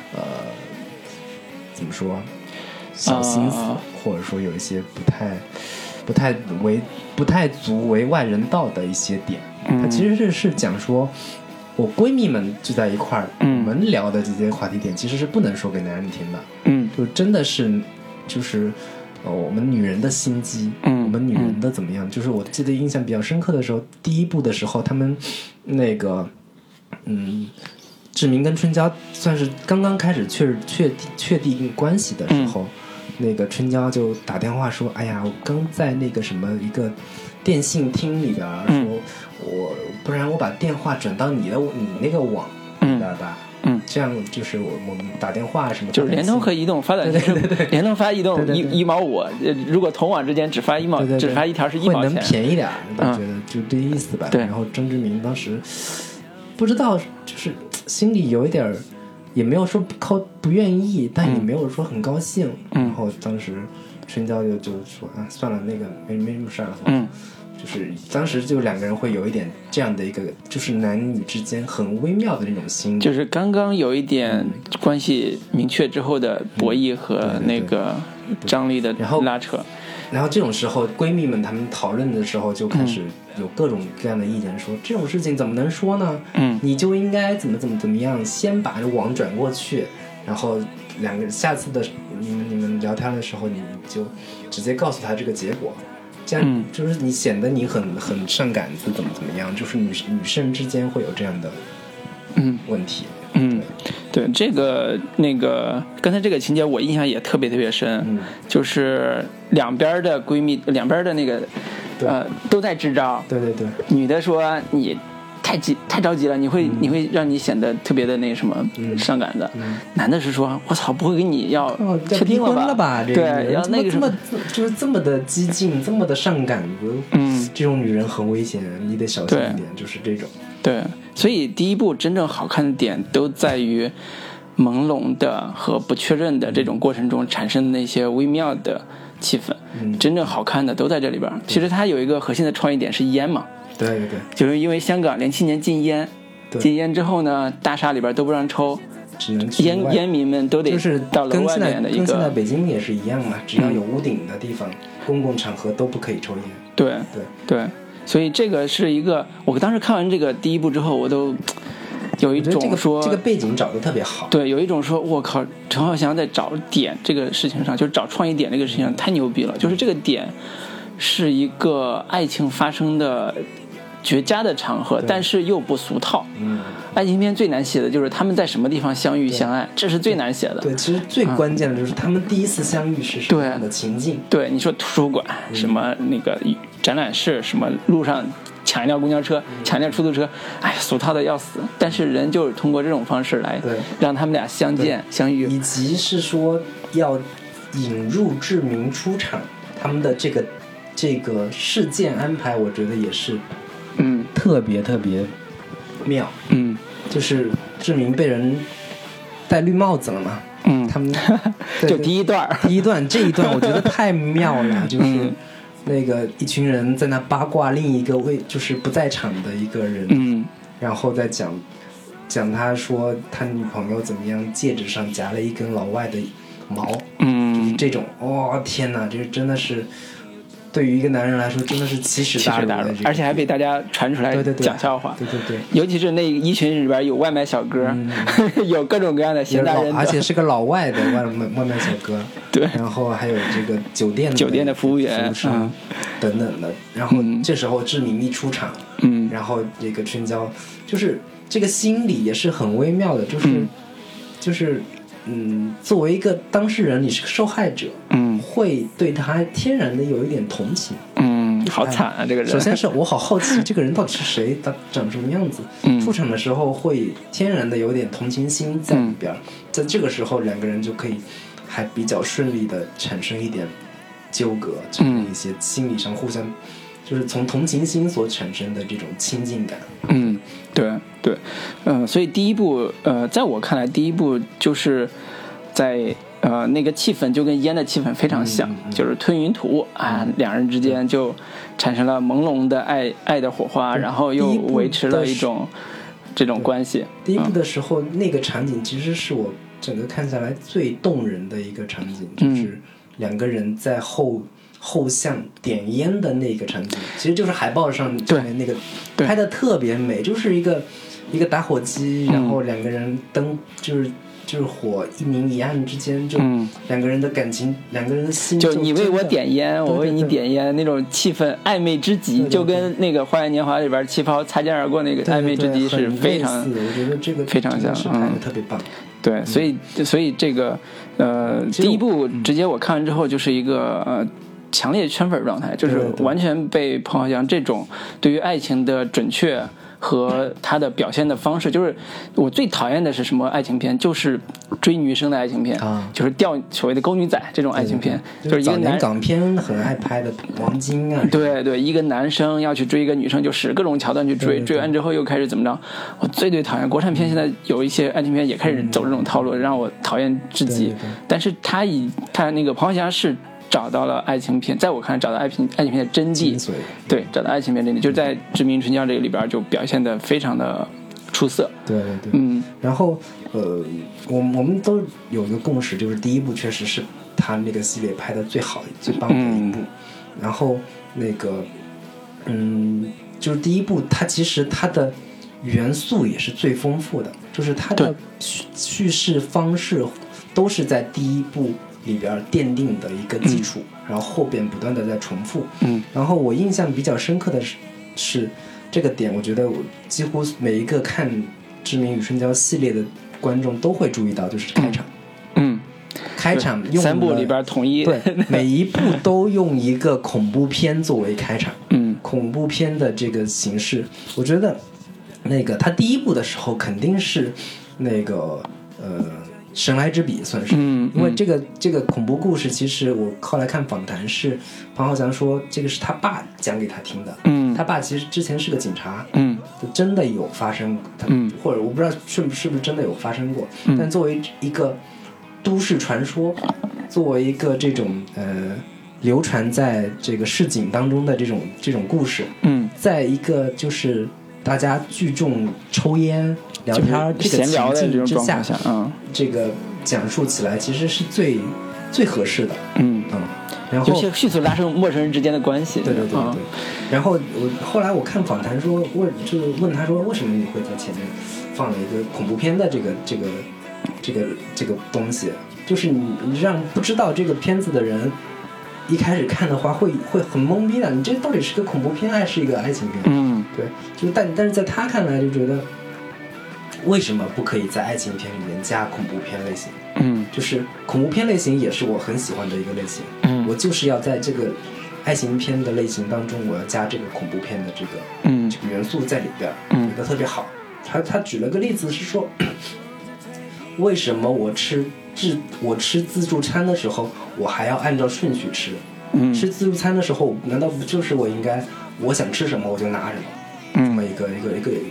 [SPEAKER 2] 怎么说小心思，或者说有一些不太足为外人道的一些点。它其实是讲说我闺蜜们聚在一块儿，我们聊的这些话题点其实是不能说给男人听的。就真的是就是我们女人的心机，我们女人的怎么样，就是我记得印象比较深刻的时候，第1部的时候他们那个志明跟春娇算是刚刚开始确定关系的时候，那个春娇就打电话说，哎呀，我刚在那个什么一个电信厅里边说，不然我把电话转到你那个网里边吧。这样就是我们打电话什么，
[SPEAKER 1] 就是联通和移动发短信，对，联通发移动1毛5，如果同网之间只发1毛，只发1条是1毛钱，
[SPEAKER 2] 会能便宜点，我觉得就这意思吧。
[SPEAKER 1] 对，
[SPEAKER 2] 然后张志明当时不知道，就是心里有一点，也没有说不愿意，但也没有说很高兴。然后当时春娇就说算了，那个没什么事了。就是当时就2个人会有一点这样的一个，就是男女之间很微妙的那种心理，
[SPEAKER 1] 就是刚刚有一点关系明确之后的博弈和那个张力的拉扯。
[SPEAKER 2] 然后这种时候闺蜜们她们讨论的时候就开始有各种各样的意见，说这种事情怎么能说呢？你就应该怎么样，先把网转过去，然后2个人下次的你们聊天的时候，你就直接告诉他这个结果。这样就是你显得你很上杆子，怎么样，就是女生之间会有这样的问题。
[SPEAKER 1] 对，这个那个刚才这个情节我印象也特别深，就是两边的闺蜜，两边的那个都在支招。
[SPEAKER 2] 对，
[SPEAKER 1] 女的说你太着急了，你会让你显得特别的那什么上杆子。男的是说我操，不会给你要确定
[SPEAKER 2] 了吧？
[SPEAKER 1] 对，然后那个
[SPEAKER 2] 就是这么的激进，这么的上杆子。这种女人很危险，你得小心一点，就是这种。
[SPEAKER 1] 对，所以第1部真正好看的点都在于朦胧的和不确认的这种过程中产生的那些微妙的气氛。真正好看的都在这里边。其实它有一个核心的创意点是烟嘛。
[SPEAKER 2] 对，
[SPEAKER 1] 就是因为香港07年禁烟之后呢，大厦里边都不让抽，
[SPEAKER 2] 只能
[SPEAKER 1] 烟民们都得到楼外面的一个，
[SPEAKER 2] 跟现在北京也是一样嘛，只要有屋顶的地方，公共场合都不可以抽烟。
[SPEAKER 1] 对，所以这个是一个，我当时看完这个第1部之后，我都有一种说
[SPEAKER 2] 这个背景找得特别好。
[SPEAKER 1] 对，有一种说我靠，陈浩翔在找点这个事情上，就是找创意点这个事情上太牛逼了，就是这个点是一个爱情发生的绝佳的场合，但是又不俗套。爱情片最难写的就是他们在什么地方相遇相爱，这是最难写的。
[SPEAKER 2] 对，其实最关键的就是他们第一次相遇是什么样的情境。
[SPEAKER 1] 对，你说图书馆，什么那个展览室，什么路上抢一辆公交车，抢一辆出租车，哎，俗套的要死。但是人就是通过这种方式来让他们俩相见相遇，
[SPEAKER 2] 以及是说要引入志明出场，他们的这个事件安排，我觉得也是特别妙。就是志明被人戴绿帽子了嘛。他们
[SPEAKER 1] 就第一段这
[SPEAKER 2] 一段我觉得太妙了。就是那个一群人在那八卦另一个就是不在场的一个人，然后再讲他说他女朋友怎么样，戒指上夹了一根老外的毛，就是这种，天哪，这真的是对于一个男人来说真的是奇耻大辱，
[SPEAKER 1] 而且还被大家传出来讲笑话，
[SPEAKER 2] 对，
[SPEAKER 1] 尤其是那一群里边有外卖小哥，有各各种各样的闲杂人，
[SPEAKER 2] 而且是个老外的外卖小哥，
[SPEAKER 1] 对，
[SPEAKER 2] 然后还有这个酒店的
[SPEAKER 1] 服务员
[SPEAKER 2] 等等的，然后这时候志明一出场，然后这个春娇就是这个心理也是很微妙的，就是作为一个当事人，你是个受害者，会对他天然的有一点同情，
[SPEAKER 1] 好惨啊这个人。
[SPEAKER 2] 首先是我好好奇这个人到底是谁，他长什么样子，出场的时候会天然的有点同情心在里边，在这个时候两个人就可以还比较顺利的产生一点纠葛，产生一些心理上互相就是从同情心所产生的这种亲近感。
[SPEAKER 1] 对，所以第一部在我看来第一部就是在那个气氛就跟烟的气氛非常像，就是吞云吐雾啊，两人之间就产生了朦胧的爱的火花，然后又维持了一种这种关系。
[SPEAKER 2] 第一部的时候，那个场景其实是我整个看下来最动人的一个场景，就是两个人在后巷点烟的那个场景，其实就是海报上那个拍的特别美，就是一个打火机，然后两个人灯就是火一明一暗之间，就两个人的感情，两个人的心，
[SPEAKER 1] 就你为我点烟，我为你点烟，那种气氛暧昧之极，就跟那个《花样年华》里边气泡擦肩而过那个暧昧之极是非常，
[SPEAKER 2] 我觉得这个
[SPEAKER 1] 非常像，
[SPEAKER 2] 是拍的特别棒。
[SPEAKER 1] 对，所以这个第一部直接我看完之后就是一个强烈圈粉状态，就是完全被彭浩翔这种对于爱情的准确和他的表现的方式，就是我最讨厌的是什么爱情片，就是追女生的爱情片，就是钓所谓的勾女仔这种爱情片，就是一个男
[SPEAKER 2] 港片很爱拍的王晶啊，
[SPEAKER 1] 对，一个男生要去追一个女生，就使各种桥段去追，追完之后又开始怎么着，我最讨厌国产片，现在有一些爱情片也开始走这种套路，让我讨厌至极。但是他那个彭浩翔是找到了爱情片，在我看来找到爱情片的真谛，对，找到爱情片真谛，就是在《志明春娇》这个里边就表现得非常的出色。
[SPEAKER 2] 对，然后我们都有一个共识，就是第一部确实是他那个系列拍的最好最棒的一部，然后那个就是第一部它其实它的元素也是最丰富的，就是它的叙事方式都是在第一部里边奠定的一个基础，然后后边不断的在重复。然后我印象比较深刻的是这个点，我觉得我几乎每一个看《志明与春娇》系列的观众都会注意到，就是开场。开场用
[SPEAKER 1] 3部里边统一，
[SPEAKER 2] 对，每一部都用一个恐怖片作为开场。恐怖片的这个形式，我觉得那个他第一部的时候肯定是那个神来之笔算是，因为这个恐怖故事，其实我后来看访谈是庞浩翔说这个是他爸讲给他听的，他爸其实之前是个警察，真的有发生，或者我不知道是不是真的有发生过，但作为一个都市传说，作为一个这种流传在这个市井当中的这种故事，在一个就是大家聚众抽烟聊天这个情境之下，这个讲述起来其实是最合适的。然后
[SPEAKER 1] 就迅速拉升陌生人之间的关系。
[SPEAKER 2] 对。然后后来我看访谈说，就是问他说，为什么你会在前面放了一个恐怖片的这个东西？就是你让不知道这个片子的人一开始看的话会很懵逼的，你这到底是个恐怖片还是一个爱情片？对，就是但是在他看来就觉得，为什么不可以在爱情片里面加恐怖片类型？就是恐怖片类型也是我很喜欢的一个类型。我就是要在这个爱情片的类型当中，我要加这个恐怖片的这个元素在里边，觉得特别好。他举了个例子是说，为什么我吃自助餐的时候，我还要按照顺序吃？吃自助餐的时候，难道不就是我想吃什么我就拿什么？这么一个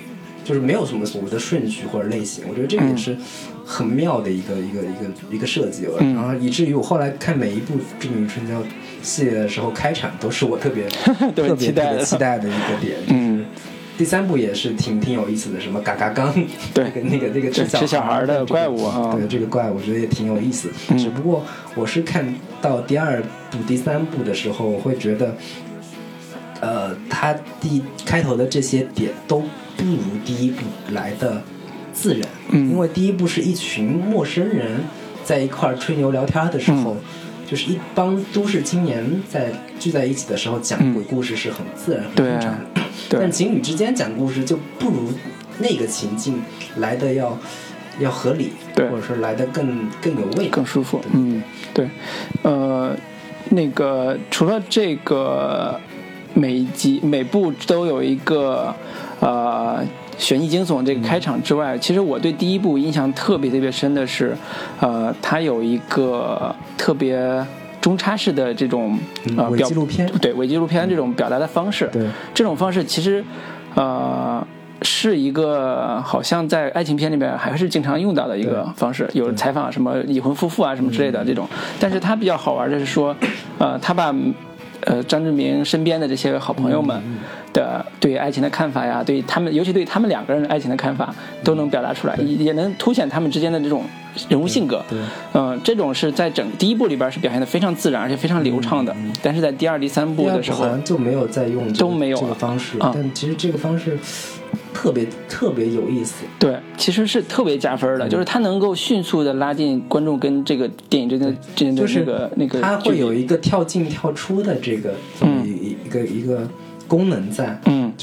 [SPEAKER 2] 就是没有什么所谓的顺序或者类型，我觉得这个也是很妙的一个设计，然后以至于我后来看每一部《志明与春娇》系列的时候，开场都是我特别
[SPEAKER 1] 期待
[SPEAKER 2] 的一个点。第3部也是挺有意思的，什么嘎嘎刚，
[SPEAKER 1] 对，
[SPEAKER 2] 那个吃
[SPEAKER 1] 小孩的怪物啊，
[SPEAKER 2] 对，这个怪物我觉得也挺有意思。只不过我是看到第2部、第3部的时候，我会觉得，它开头的这些点都不如第1部来的自然，因为第1部是一群陌生人在一块吹牛聊天的时候。就是一帮都市青年在聚在一起的时候讲鬼故事是很自然、很正常的，但情侣之间讲故事就不如那个情境来的要合理，或者说来的更有味道、
[SPEAKER 1] 更舒服。对，那个除了这个每部都有一个悬疑惊悚这个开场之外，其实我对第1部印象特别深的是，它有一个特别中插式的这种
[SPEAKER 2] 伪纪录片，
[SPEAKER 1] 对伪纪录片这种表达的方式，
[SPEAKER 2] 对
[SPEAKER 1] 这种方式其实是一个好像在爱情片里面还是经常用到的一个方式，有采访什么已婚夫妇啊什么之类的这种，但是它比较好玩的是说，他把张志明身边的这些好朋友们的对爱情的看法呀，对他们，尤其对他们2个人爱情的看法，都能表达出来，也能凸显他们之间的这种人物性格。这种是在第1部里边是表现的非常自然而且非常流畅的，但是在第2、第3部的时候
[SPEAKER 2] 好像就没有再用
[SPEAKER 1] 都没有
[SPEAKER 2] 这个方式，但其实这个方式特别有意思。
[SPEAKER 1] 对，其实是特别加分的，就是它能够迅速的拉近观众跟这个电影之间的那个，
[SPEAKER 2] 它会有一个跳进跳出的这个一个功能在，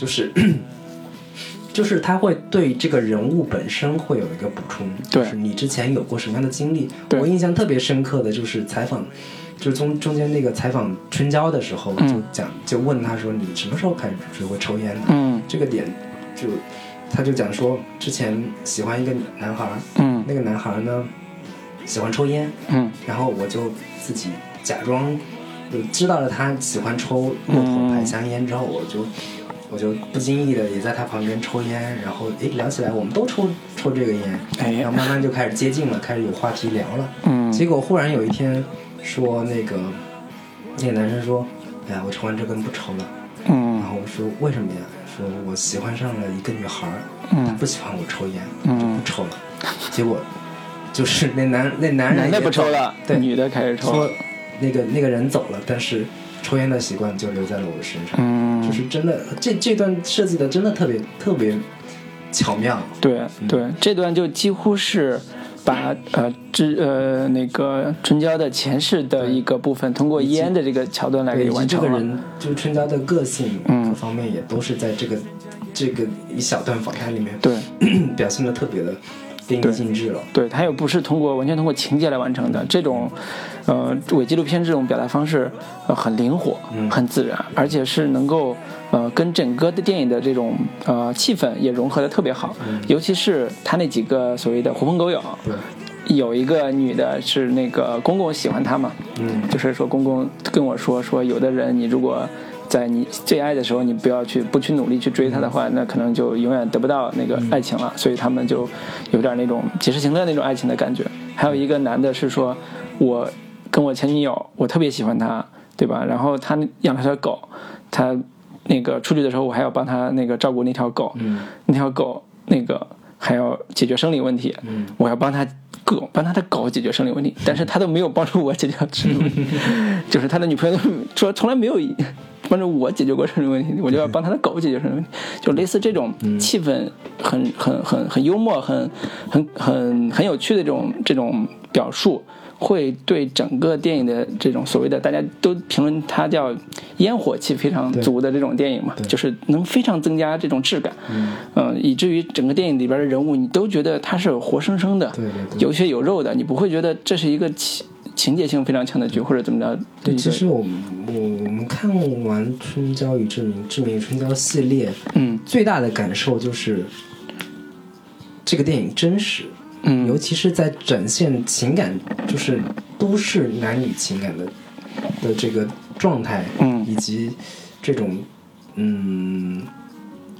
[SPEAKER 2] 就是它会对这个人物本身会有一个补充，就是你之前有过什么样的经历。我印象特别深刻的就是采访，就中间那个采访春娇的时候，就问他说你什么时候开始学会抽烟的？这个点他就讲说之前喜欢一个男孩，那个男孩呢喜欢抽烟，然后我就自己假装知道了他喜欢抽骆驼牌香烟之后，我就不经意的也在他旁边抽烟，然后聊起来我们都抽这个烟，然后慢慢就开始接近了，开始有话题聊了。结果忽然有一天说那个男生说，哎呀，我抽完这根不抽了。然后我说为什么呀？说我喜欢上了一个女孩，她不喜欢我抽烟，就不抽了。结果就是那男人
[SPEAKER 1] 的不抽了，
[SPEAKER 2] 对，
[SPEAKER 1] 女的开始抽了。
[SPEAKER 2] 说那个人走了，但是抽烟的习惯就留在了我的身上。就是真的这段设计的真的特别巧妙。
[SPEAKER 1] 对，这段就几乎是把那个春娇的前世的一个部分通过烟的这个桥段来给完成了。
[SPEAKER 2] 这个人就是春娇的个性各方面也都是在这个一小段访谈里面表现的特别的淋漓尽致了。
[SPEAKER 1] 对，他又不是完全通过情节来完成的，这种伪纪录片这种表达方式很灵活，很自然，而且是能够跟整个的电影的这种气氛也融合的特别好。尤其是他那几个所谓的狐朋狗友，有一个女的是那个公公喜欢她嘛，就是说公公跟我说有的人你如果在你最爱的时候你不去努力去追他的话，那可能就永远得不到那个爱情了，所以他们就有点那种及时行乐那种爱情的感觉。还有一个男的是说，我跟我前女友我特别喜欢她，对吧，然后他养了条狗，他那个出去的时候我还要帮他那个照顾那条狗，那条狗那个还要解决生理问题，我要帮他的狗解决生理问题，但是他都没有帮助我解决生理问题，就是他的女朋友说从来没有帮助我解决过生理问题，我就要帮他的狗解决生理问题，就类似这种气氛很幽默很有趣的这种表述，会对整个电影的这种所谓的大家都评论它叫烟火气非常足的这种电影嘛，就是能非常增加这种质感，以至于整个电影里边的人物你都觉得他是活生生的，有血有肉的，你不会觉得这是一个情节性非常强的剧或者怎么着。
[SPEAKER 2] 对，其实我们看完《春娇与志明》与春娇系列，最大的感受就是这个电影真实。尤其是在展现情感，就是都市男女情感的这个状态，以及这种就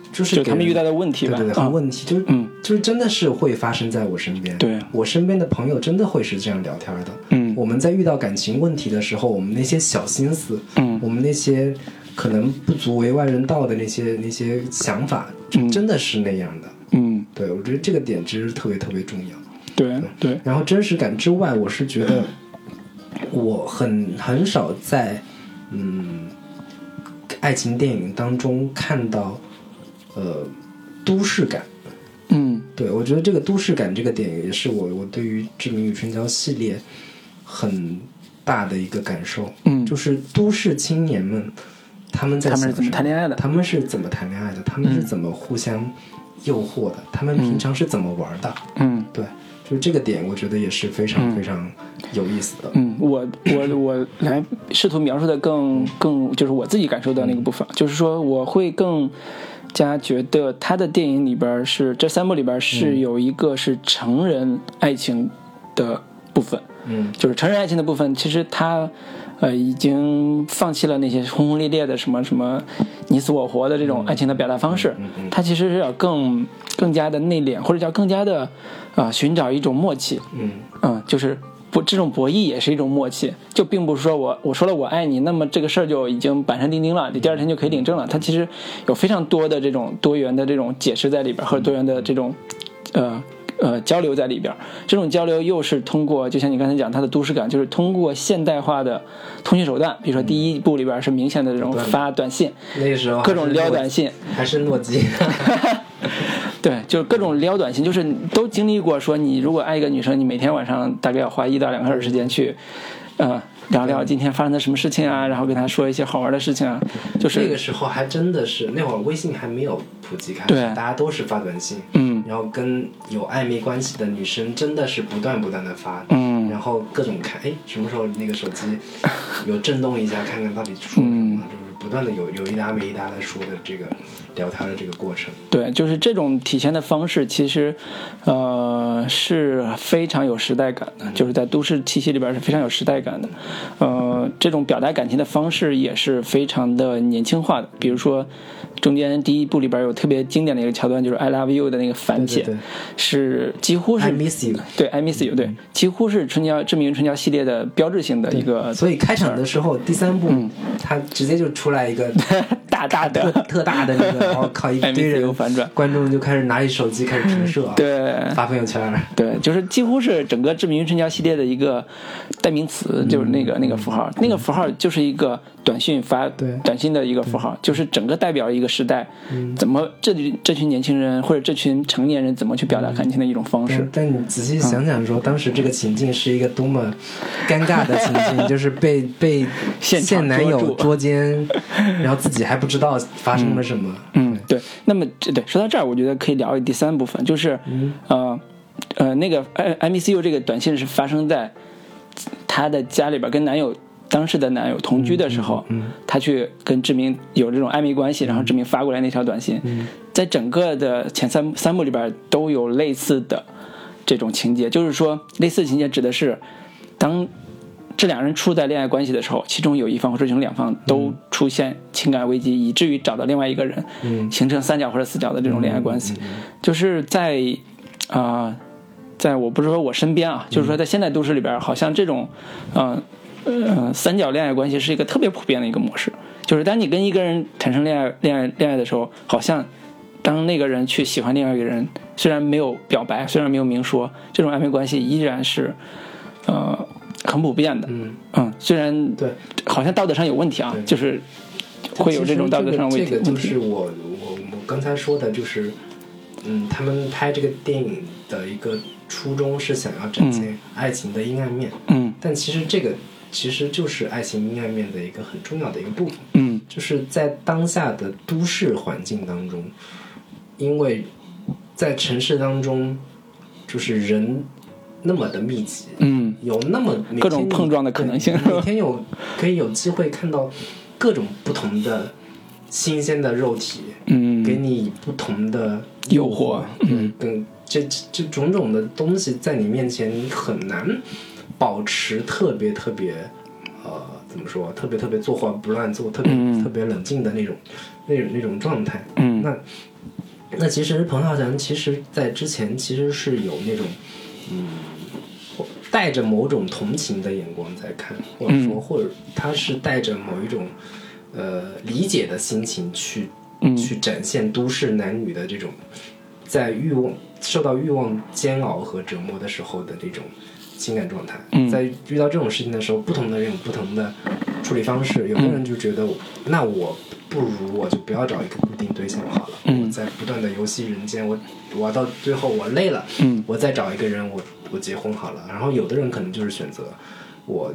[SPEAKER 2] 就是
[SPEAKER 1] 他们遇到的问题吧，
[SPEAKER 2] 对，问题就是真的是会发生在我身边。
[SPEAKER 1] 对，
[SPEAKER 2] 我身边的朋友真的会是这样聊天的。我们在遇到感情问题的时候，我们那些小心思，我们那些可能不足为外人道的那些想法，真的是那样的。对，我觉得这个点其实特别特别重要。
[SPEAKER 1] 对。
[SPEAKER 2] 然后真实感之外，我是觉得我很少在爱情电影当中看到都市感。对，我觉得这个都市感这个点也是我对于《志明与春娇》系列很大的一个感受。就是都市青年们他们是
[SPEAKER 1] 怎么谈恋爱的？
[SPEAKER 2] 他们是怎么谈恋爱的？他们是怎么互相诱惑的？他们平常是怎么玩的？对，就是这个点，我觉得也是非常非常有意思的。
[SPEAKER 1] 我来试图描述的更就是我自己感受到那个部分，就是说我会更加觉得他的电影里边这3部里边是有一个是成人爱情的部分。就是成人爱情的部分，其实他已经放弃了那些轰轰烈烈的什么什么你死我活的这种爱情的表达方式，他其实是要更加的内敛，或者叫更加的寻找一种默契。就是这种博弈也是一种默契，就并不是说我说了我爱你，那么这个事儿就已经板上钉钉了，你第2天就可以领证了。它其实有非常多的这种多元的这种解释在里边，或者多元的这种交流在里边。这种交流又是通过，就像你刚才讲它的都市感，就是通过现代化的通讯手段，比如说第1部里边是明显的这种发短信，
[SPEAKER 2] 那个时候
[SPEAKER 1] 各种撩短信，
[SPEAKER 2] 还是诺基
[SPEAKER 1] 对，就是各种撩短信，就是都经历过说你如果爱一个女生，你每天晚上大概要花1到2个小时时间去聊聊今天发生的什么事情啊，然后跟她说一些好玩的事情啊。就是
[SPEAKER 2] 那个时候还真的是那会儿微信还没有普及开始，
[SPEAKER 1] 对，
[SPEAKER 2] 大家都是发短信，然后跟有暧昧关系的女生真的是不断的发，然后各种看，什么时候那个手机有震动一下，看看到底说什么，就是不断的有一搭没一搭的说的这个聊天的这个过程。
[SPEAKER 1] 对，就是这种体现的方式，其实是非常有时代感的，就是在都市气息里边是非常有时代感的。这种表达感情的方式也是非常的年轻化的。比如说中间第1部里边有特别经典的一个桥段，就是 I love you 的那个反解，
[SPEAKER 2] 对，
[SPEAKER 1] 是几乎是
[SPEAKER 2] I miss you，
[SPEAKER 1] 对 I miss you， 对，几乎是志明与春娇系列的标志性的一个。
[SPEAKER 2] 所以开场的时候第3部他直接就出来一个
[SPEAKER 1] 大的
[SPEAKER 2] 特大的那个，然后靠一堆人
[SPEAKER 1] 反转，
[SPEAKER 2] 观众就开始拿起手机开始直射，
[SPEAKER 1] 对，
[SPEAKER 2] 发朋友圈，
[SPEAKER 1] 对，就是几乎是整个志明与春娇系列的一个代名词，就是那个符号，那个符号就是一个短信发短信的一个符号，就是整个代表一个时代，怎么这群年轻人或者这群成年人怎么去表达感情的一种方式。
[SPEAKER 2] 但你仔细想想说，当时这个情境是一个多么尴尬的情境，就是被现男友捉奸，然后自己还不知道发生了什么。
[SPEAKER 1] 对。那么对，说到这儿，我觉得可以聊第3部分，就是那个 I miss you 这个短信是发生在他的家里边，跟当时的男友同居的时候，他去跟志明有这种暧昧关系，然后志明发过来那条短信，在整个的前三部里边都有类似的这种情节，就是说类似情节指的是当这2人处在恋爱关系的时候，其中有一方或者其中2方都出现情感危机，以至于找到另外一个人，形成3角或者4角的这种恋爱关系。就是在我不是说我身边啊，就是说在现代都市里边，好像这种3角恋爱关系是一个特别普遍的一个模式。就是当你跟一个人产生恋爱的时候，好像当那个人去喜欢另外一个人，虽然没有表白，虽然没有明说，这种暧昧关系依然是很普遍的。虽然
[SPEAKER 2] 对
[SPEAKER 1] 好像道德上有问题啊，就是会有这种道德上问题。
[SPEAKER 2] 这个就是我刚才说的，就是他们拍这个电影的一个初衷是想要展现爱情的阴暗面。但其实这个其实就是爱情阴暗面的一个很重要的一个部分。就是在当下的都市环境当中，因为在城市当中，就是人那么的密集，有那么
[SPEAKER 1] 各种碰撞的可能性，
[SPEAKER 2] 每天可以有机会看到各种不同的新鲜的肉体，给你不同的诱惑，跟这种种的东西在你面前，你很难保持特别怎么说，特别坐怀不乱，特别冷静的那种状态。那其实彭浩翔其实在之前其实是有那种带着某种同情的眼光在看，或者他是带着某一种理解的心情去展现都市男女的这种在受到欲望煎熬和折磨的时候的这种情感状态。在遇到这种事情的时候，不同的人有不同的处理方式。有的人就觉得，那我不如我就不要找一个固定对象好了，我在不断的游戏人间，我到最后我累了，我再找一个人，我结婚好了。然后有的人可能就是选择我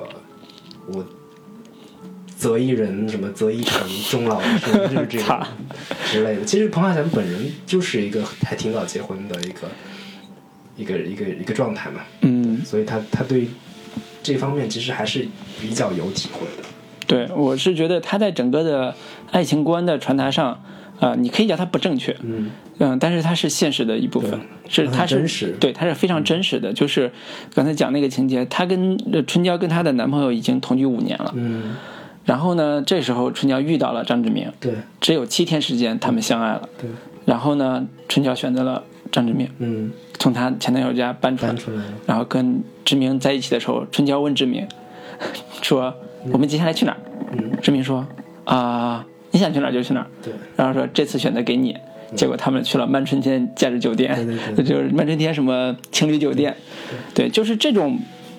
[SPEAKER 2] 择一人，什么择一城终老是这种之类的。其实彭浩翔本人就是一个还挺早结婚的一个状态嘛，所以他对这方面其实还是比较有体会的。
[SPEAKER 1] 对，我是觉得他在整个的爱情观的传达上，你可以叫他不正确，但是他是现实的一部分，他是真实，对，他是非常真实的。就是刚才讲那个情节，他跟春娇跟她的男朋友已经同居5年了，然后呢，这时候春娇遇到了张志明，
[SPEAKER 2] 对，
[SPEAKER 1] 只有7天时间他们相爱了，
[SPEAKER 2] 对，
[SPEAKER 1] 然后呢，春娇选择了张志明，从她前男友家搬出来，然后跟志明在一起的时候，春娇问志明说：“我们接下来去哪儿？”志明说：“你想去哪儿就去哪儿。”
[SPEAKER 2] 对，
[SPEAKER 1] 然后说这次选择给你。结果他们去了万春天假日酒店，就是万春天什么情侣酒店，对，就是这种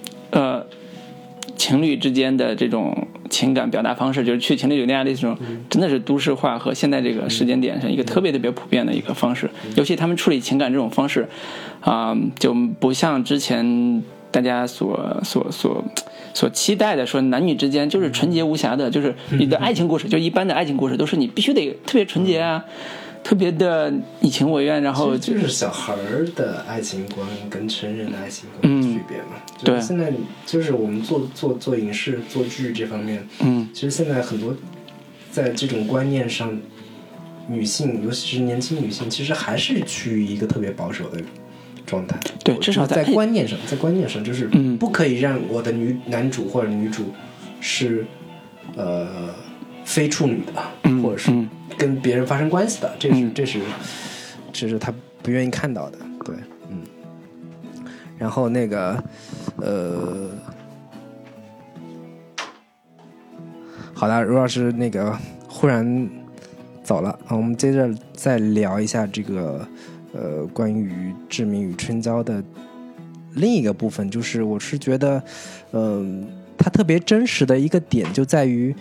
[SPEAKER 1] 情侣之间的这种情感表达方式，就是去情侣酒店的这种，真的是都市化和现在这个时间点上一个特别普遍的一个方式。尤其他们处理情感这种方式，就不像之前大家所期待的，说男女之间就是纯洁无瑕的，就是你的爱情故事，就一般的爱情故事都是你必须得特别纯洁啊。特别的以情我愿，然后
[SPEAKER 2] 就是小孩的爱情观跟成人的爱情观的区别嘛。
[SPEAKER 1] 对，
[SPEAKER 2] 现在就是我们做影视做剧这方面，其实现在很多在这种观念上，女性尤其是年轻女性，其实还是趋于一个特别保守的状态。
[SPEAKER 1] 对，至少
[SPEAKER 2] 在观念上，就是不可以让我的男主或者女主是非处女的，或者是跟别人发生关系的，这是他不愿意看到的。对，然后那个好的，如老师那个忽然走了，我们接着再聊一下这个关于志明与春娇的另一个部分，就是我是觉得它特别真实的一个点就在于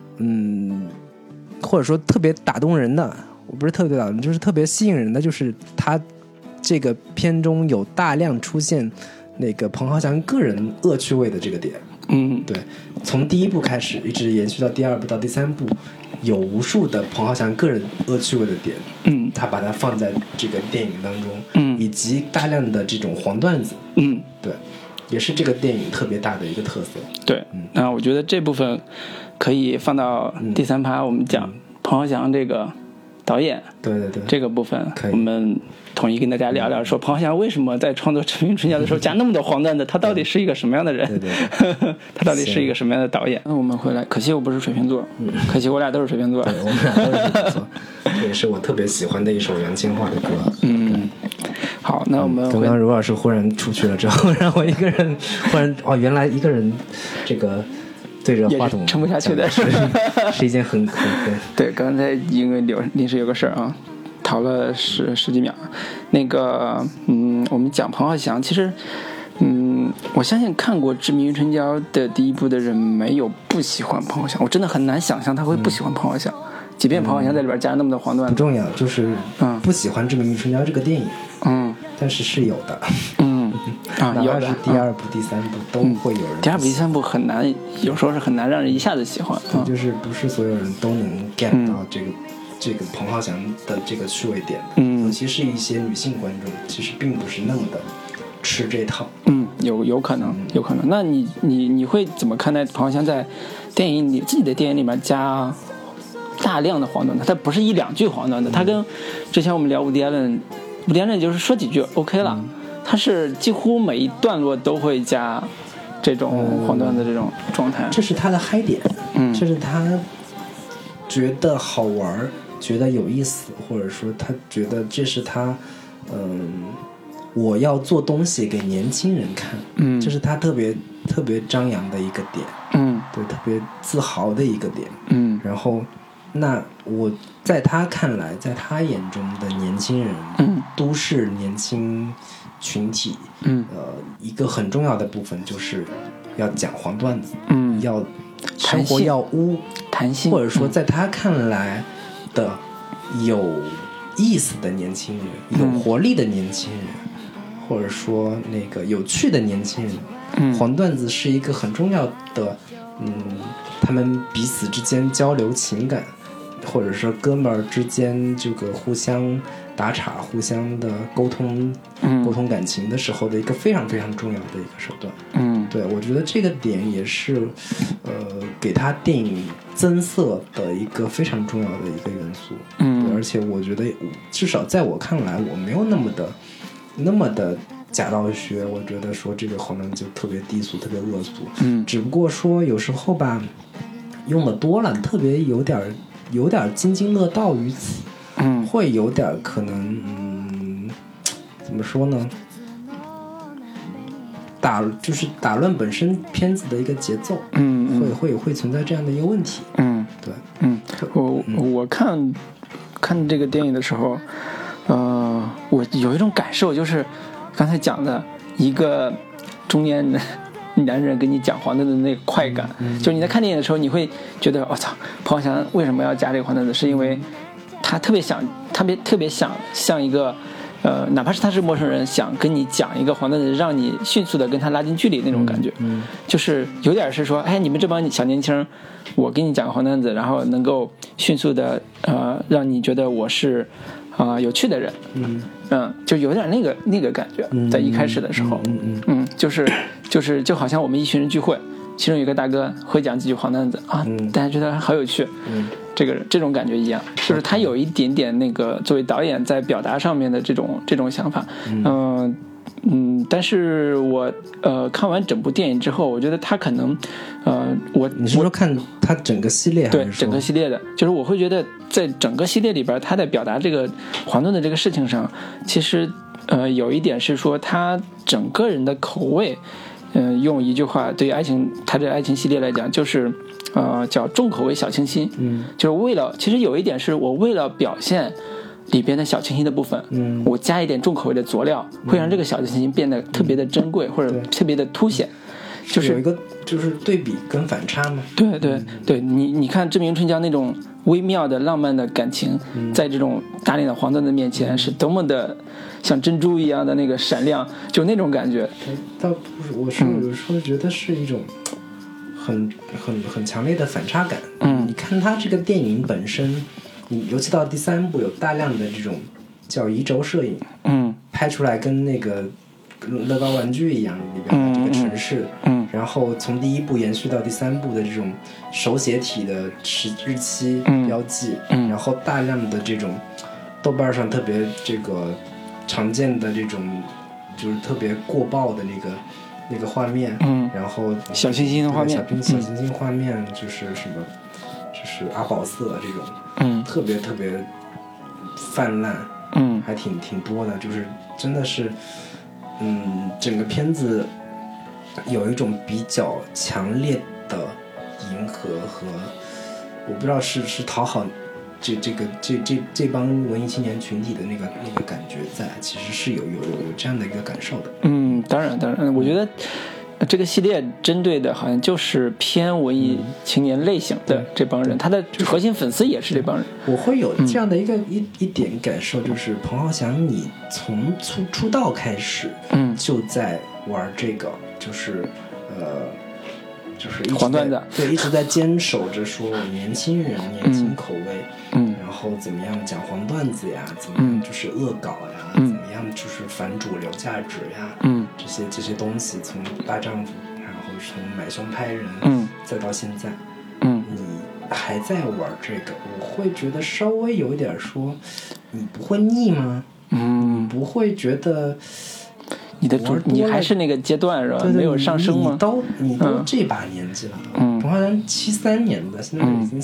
[SPEAKER 2] 或者说特别打动人的，我不是特别打动人，就是特别吸引人的，就是他这个片中有大量出现那个彭浩翔个人恶趣味的这个点。对，从第1部开始一直延续到第2部到第3部，有无数的彭浩翔个人恶趣味的点，他把它放在这个电影当中，以及大量的这种黄段子，对，也是这个电影特别大的一个特色。
[SPEAKER 1] 对，那我觉得这部分可以放到第3趴，我们讲彭浩翔这个导演，
[SPEAKER 2] 对，
[SPEAKER 1] 这个部分我们统一跟大家聊聊，说彭浩翔为什么在创作《志明春娇》的时候加那么多黄段子，他到底是一个什么样的人？
[SPEAKER 2] 对
[SPEAKER 1] 他到底是一个什么样的导演？那我们回来，可惜我不是水瓶座，可惜我俩都是水瓶座，
[SPEAKER 2] 对，我们俩都是水瓶座，这也是我特别喜欢的一首杨千嬅的歌。
[SPEAKER 1] 好，那我们
[SPEAKER 2] 刚刚如老师忽然出去了之后，让我一个人忽然原来一个人这个对着话筒
[SPEAKER 1] 撑不下去的
[SPEAKER 2] 是一件很
[SPEAKER 1] 对。刚才因为临时有个事儿啊，逃了十几秒。那个我们讲彭浩翔，其实我相信看过《志明与春娇》的第1部的人没有不喜欢彭浩翔，我真的很难想象他会不喜欢彭浩翔。即便彭浩翔在里边加了那么多黄段子，
[SPEAKER 2] 不重要，就是不喜欢《志明与春娇》这个电影，但是有的，有的，第2部、第3部都会有人。
[SPEAKER 1] 第2部、第3部很难，有时候是很难让人一下子喜欢，
[SPEAKER 2] 就是不是所有人都能 get 到这个彭浩翔的这个趣味点，尤其是一些女性观众，其实并不是那么的吃这套。
[SPEAKER 1] 有可能。那你会怎么看待彭浩翔在自己的电影里面加大量的黄段子？他不是1、2句黄段子，他跟之前我们聊伍迪艾伦就是说几句 OK 了，他是几乎每一段落都会加这种黄段子这种状态。
[SPEAKER 2] 这是他的嗨点，这是他觉得好玩，觉得有意思，或者说他觉得这是他我要做东西给年轻人看，这是他特别张扬的一个点，对，特别自豪的一个点，然后那我在他看来，在他眼中的年轻人，都市年轻群体，一个很重要的部分就是要讲黄段子，要生活要
[SPEAKER 1] 弹性，
[SPEAKER 2] 或者说在他看来的有意思的年轻人，有活力的年轻人，或者说那个有趣的年轻人，黄段子是一个很重要的，他们彼此之间交流情感，或者说哥们儿之间这个互相打岔、互相的沟通感情的时候的一个非常非常重要的一个手段。对，我觉得这个点也是给他电影增色的一个非常重要的一个元素。对，而且我觉得至少在我看来，我没有那么的假道学，我觉得说这个黄段子就特别低俗、特别恶俗。只不过说有时候吧，用的多了，特别有点津津乐道于此，会有点可能，怎么说呢？就是打乱本身片子的一个节奏，会存在这样的一个问题。对，
[SPEAKER 1] 我看这个电影的时候，我有一种感受，就是刚才讲的一个中年男人跟你讲黄段子的那个快感，就是你在看电影的时候，你会觉得我操，彭浩翔为什么要加这个黄段子？是因为他特别想像一个哪怕是他是陌生人，想跟你讲一个黄段子，让你迅速的跟他拉近距离那种感觉，就是有点是说，哎，你们这帮小年轻，我给你讲个黄段子，然后能够迅速的让你觉得我是有趣的人，就有点那个感觉，在一开始的时候，就好像我们一群人聚会，其中有个大哥会讲几句黄段子啊，大家觉得好有趣，这种感觉一样，就是他有一点点那个作为导演在表达上面的这种想法，但是我看完整部电影之后，我觉得他可能
[SPEAKER 2] 你是说看他整个系列还是说？
[SPEAKER 1] 对，整个系列的，就是我会觉得在整个系列里边，他在表达这个黄段的这个事情上，其实有一点是说他整个人的口味，用一句话对于他这爱情系列来讲，就是叫重口味小清新，就是其实有一点是我为了表现里边的小清新的部分，我加一点重口味的佐料，会让这个小清新变得特别的珍贵，或者特别的凸显，就是
[SPEAKER 2] 有一个就是对比跟反差嘛。
[SPEAKER 1] 对，你看《志明春江》那种微妙的浪漫的感情，在这种大量的黄段子面前是多么的像珍珠一样的那个闪亮，就那种感觉。
[SPEAKER 2] 倒不是，我是有时候觉得是一种很强烈的反差感。你看他这个电影本身，你尤其到第3部有大量的这种叫移轴摄影，拍出来跟那个乐高玩具一样里边的这个城市，然后从第1部延续到第3部的这种手写体的日期标记，然后大量的这种豆瓣上特别这个常见的这种就是特别过曝的那个画面，然后
[SPEAKER 1] 小清新的画面，
[SPEAKER 2] 小清新画面就是什么，就是阿宝色这种，特别特别泛滥，还挺多的，就是真的是，整个片子有一种比较强烈的迎合和，我不知道是讨好这帮文艺青年群体的那个感觉在，其实是有这样的一个感受的。
[SPEAKER 1] 当然，我觉得这个系列针对的好像就是偏文艺青年类型的这帮人，他的核心粉丝也是这帮人。
[SPEAKER 2] 我会有这样的一点感受，就是彭浩翔，你从出道开始，就在玩这个，就是
[SPEAKER 1] 黄段子，
[SPEAKER 2] 对，一直在坚守着说年轻人、年轻口味，然后怎么样讲黄段子呀，怎么样就是恶搞呀，怎么样就是反主流价值呀，这些东西，从大丈夫，然后从买凶拍人，再到现在，你还在玩这个，我会觉得稍微有一点说，你不会腻吗？不会觉得
[SPEAKER 1] 你还是那个阶段是吧？对对，没有上升吗？
[SPEAKER 2] 你都这把年纪了，彭浩翔73年的，现在已经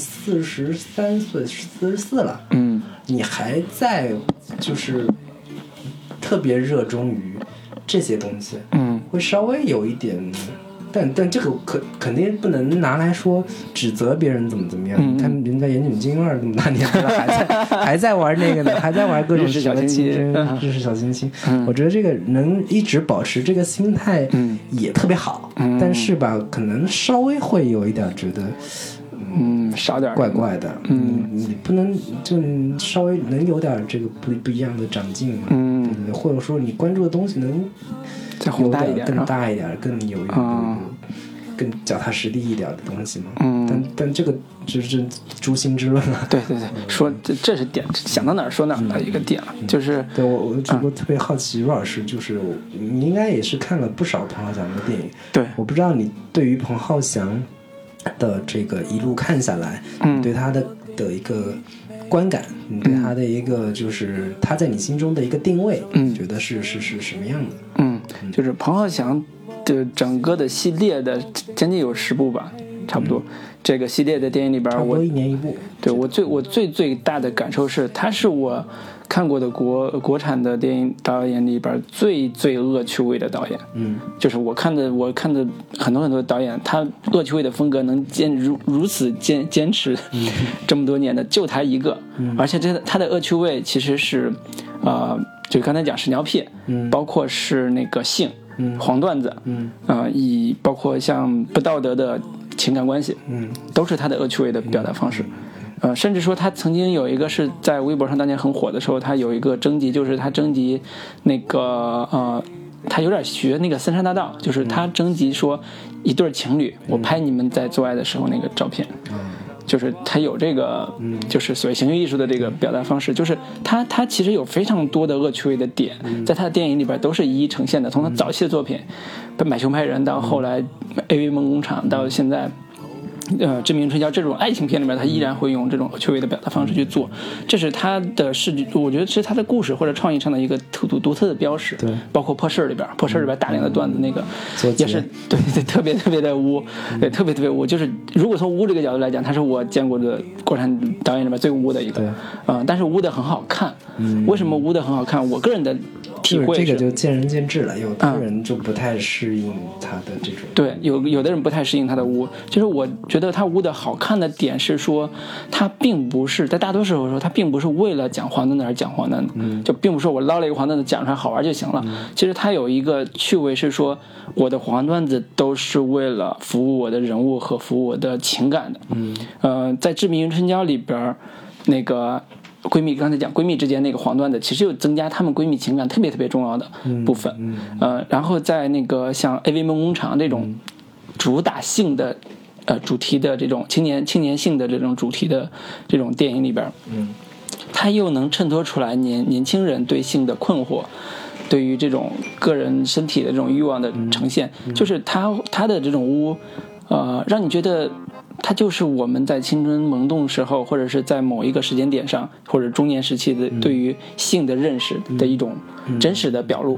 [SPEAKER 2] 43岁44了，你还在就是特别热衷于这些东西，会稍微有一点。但这个肯定不能拿来说指责别人怎么样。你看人家岩井俊二这么大年纪了，还在玩那个呢，还在玩各种小清新，日式小清新。我觉得这个能一直保持这个心态也特别好。但是吧，可能稍微会有一点觉得，
[SPEAKER 1] 少点
[SPEAKER 2] 怪怪的。你不能就稍微能有点这个不一样的长进嘛。对，或者说你关注的东西能。
[SPEAKER 1] 再宏大一点，
[SPEAKER 2] 更大一点，更有更脚踏实地一点的东西嘛。但这个就是诛心之论了。
[SPEAKER 1] 对，说这是点，想到哪儿说哪儿的一个点了。就是
[SPEAKER 2] 对我特别好奇，若老师就是你应该也是看了不少彭浩翔的电影。
[SPEAKER 1] 对，
[SPEAKER 2] 我不知道你对于彭浩翔的这个一路看下来，你对他的一个观感，你对他的一个就是他在你心中的一个定位，觉得是什么样的？
[SPEAKER 1] 就是彭浩翔的整个的系列的将近有10部吧，差不多。这个系列的电影里边，
[SPEAKER 2] 差不多1年1部。
[SPEAKER 1] 对，我最大的感受是，他是我看过的国产的电影导演里边最恶趣味的导演。就是我看的很多导演，他恶趣味的风格能如此坚持这么多年的，就他一个。而且他的恶趣味其实是就刚才讲屎尿屁，包括是那个性，黄段子，包括像不道德的情感关系，都是他的恶趣味的表达方式。甚至说他曾经有一个是在微博上当年很火的时候，他有一个征集，就是他征集那个他有点学那个森山大道，就是他征集说一对情侣，我拍你们在做爱的时候那个照片。就是他有这个，就是所谓行为艺术的这个表达方式，就是他其实有非常多的恶趣味的点，在他的电影里边都是一一呈现的。从他早期的作品《买凶拍人》到后来 AV 梦工厂，到现在致命春娇这种爱情片里面，他依然会用这种恶趣味的表达方式去做，这是他的我觉得是他的故事或者创意上的一个独特的标识。
[SPEAKER 2] 对，
[SPEAKER 1] 包括破事里边大量的段子，那个也是对特别的污，对特别污。就是如果从污这个角度来讲，他是我见过的国产导演里面最污的一个。但是污的很好看。为什么污的很好看？我个人的体会
[SPEAKER 2] 是这个就见仁见智了，有的人就不太适应他的这种。
[SPEAKER 1] 对，有的人不太适应他的污，就是我觉得他污的好看的点是说，他并不是在大多数时候说，他并不是为了讲黄段子而讲黄段子，就并不是说我捞了一个黄段子讲出来好玩就行了。其实他有一个趣味是说，我的黄段子都是为了服务我的人物和服务我的情感的。在《致命春娇》里边，那个闺蜜刚才讲闺蜜之间那个黄段子，其实又增加她们闺蜜情感特别重要的部分。然后在那个像 AV 梦工厂这种主打性的主题的这种青年性的这种主题的这种电影里边，它又能衬托出来年轻人对性的困惑，对于这种个人身体的这种欲望的呈现，就是它的这种污，让你觉得它就是我们在青春萌动时候，或者是在某一个时间点上，或者中年时期的对于性的认识的一种真实的表露。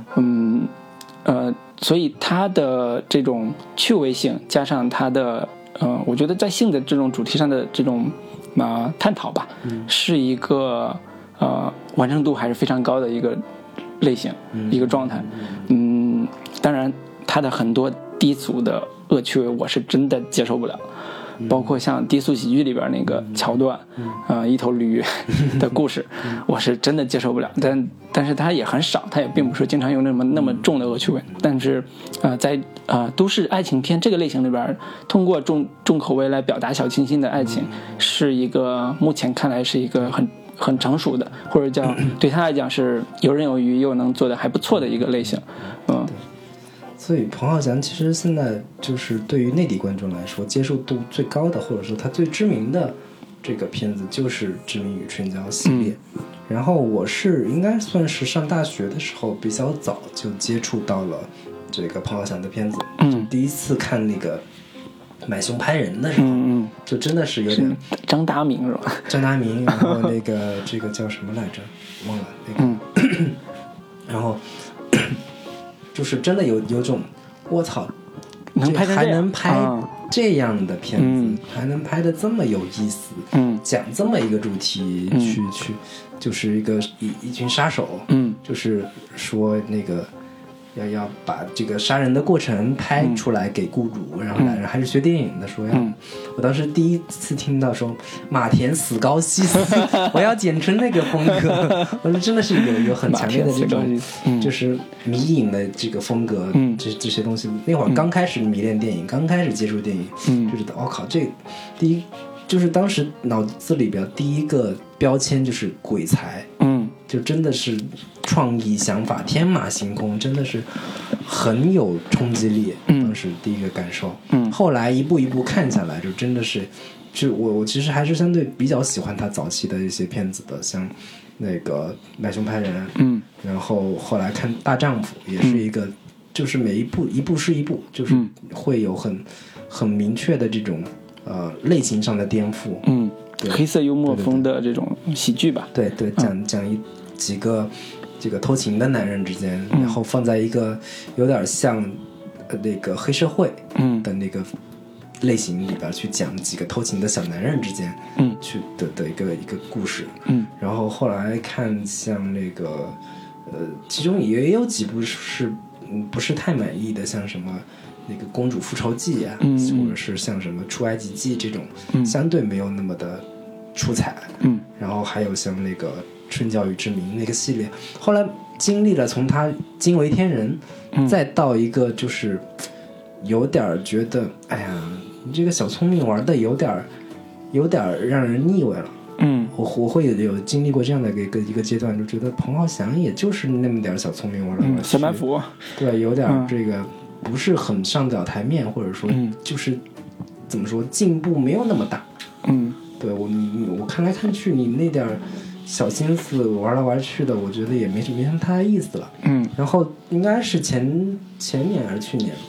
[SPEAKER 1] 所以它的这种趣味性加上它的我觉得在性的这种主题上的这种探讨吧，是一个完成度还是非常高的一个类型，一个状态。当然它的很多低俗的恶趣味我是真的接受不了，包括像低俗喜剧里边那个桥段，一头驴的故事，我是真的接受不了。但是它也很少，它也并不是经常用那么重的恶趣味。但是在都市爱情片这个类型里边，通过重口味来表达小清新的爱情，是一个目前看来是一个很成熟的，或者叫对他来讲是游刃有余又能做得还不错的一个类型。
[SPEAKER 2] 所以彭浩翔其实现在就是对于内地观众来说接受度最高的，或者说他最知名的这个片子就是《致命与春娇》系列。然后我是应该算是上大学的时候比较早就接触到了这个彭浩翔的片子，就第一次看那个买凶拍人的时候，就真的是有点
[SPEAKER 1] 张达明是吧？
[SPEAKER 2] 张达明，然后那个这个叫什么来着？忘了那个，然后就是真的有种我操，还
[SPEAKER 1] 能拍成这样
[SPEAKER 2] 能拍这样的片子，还能拍得这么有意思，讲这么一个主题，去就是一群杀手，就是说那个要把这个杀人的过程拍出来给雇主，然后来人还是学电影的，说要，我当时第一次听到说马田死高希斯，我要剪成那个风格，我说真的是有很强烈的这种就是迷影的这个风格，这些东西。那会儿刚开始迷恋电影，刚开始接触电影，就觉得我靠，这第一就是当时脑子里边第一个标签就是鬼才，就真的是创意想法天马行空，真的是很有冲击力，当时第一个感受。后来一步一步看下来，就真的是，就我其实还是相对比较喜欢他早期的一些片子的，像那个《买凶拍人》，然后后来看《大丈夫》，也是一个，就是每一步是一步，就是会有很明确的这种类型上的颠覆，
[SPEAKER 1] 黑色幽默风的这种喜剧吧，
[SPEAKER 2] 对，讲几个这个偷情的男人之间，然后放在一个有点像那个黑社会的那个类型里边去讲几个偷情的小男人之间去的一个故事，然后后来看像那个其中也有几部是不是太满意的，像什么那个公主复仇记啊，或者是像什么出埃及记这种相对没有那么的出彩，然后还有像那个春娇与志明那个系列，后来经历了从他惊为天人，再到一个就是有点觉得哎呀你这个小聪明玩的有点让人腻味了，我会有经历过这样的一个阶段，就觉得彭浩翔也就是那么点小聪明玩的，
[SPEAKER 1] 小板斧，
[SPEAKER 2] 对，有点这个不是很上得了台面，或者说就是怎么说进步没有那么大，对我看来看去你那点小心思玩来玩去的，我觉得也没什么太大意思了，然后应该是前年还是去年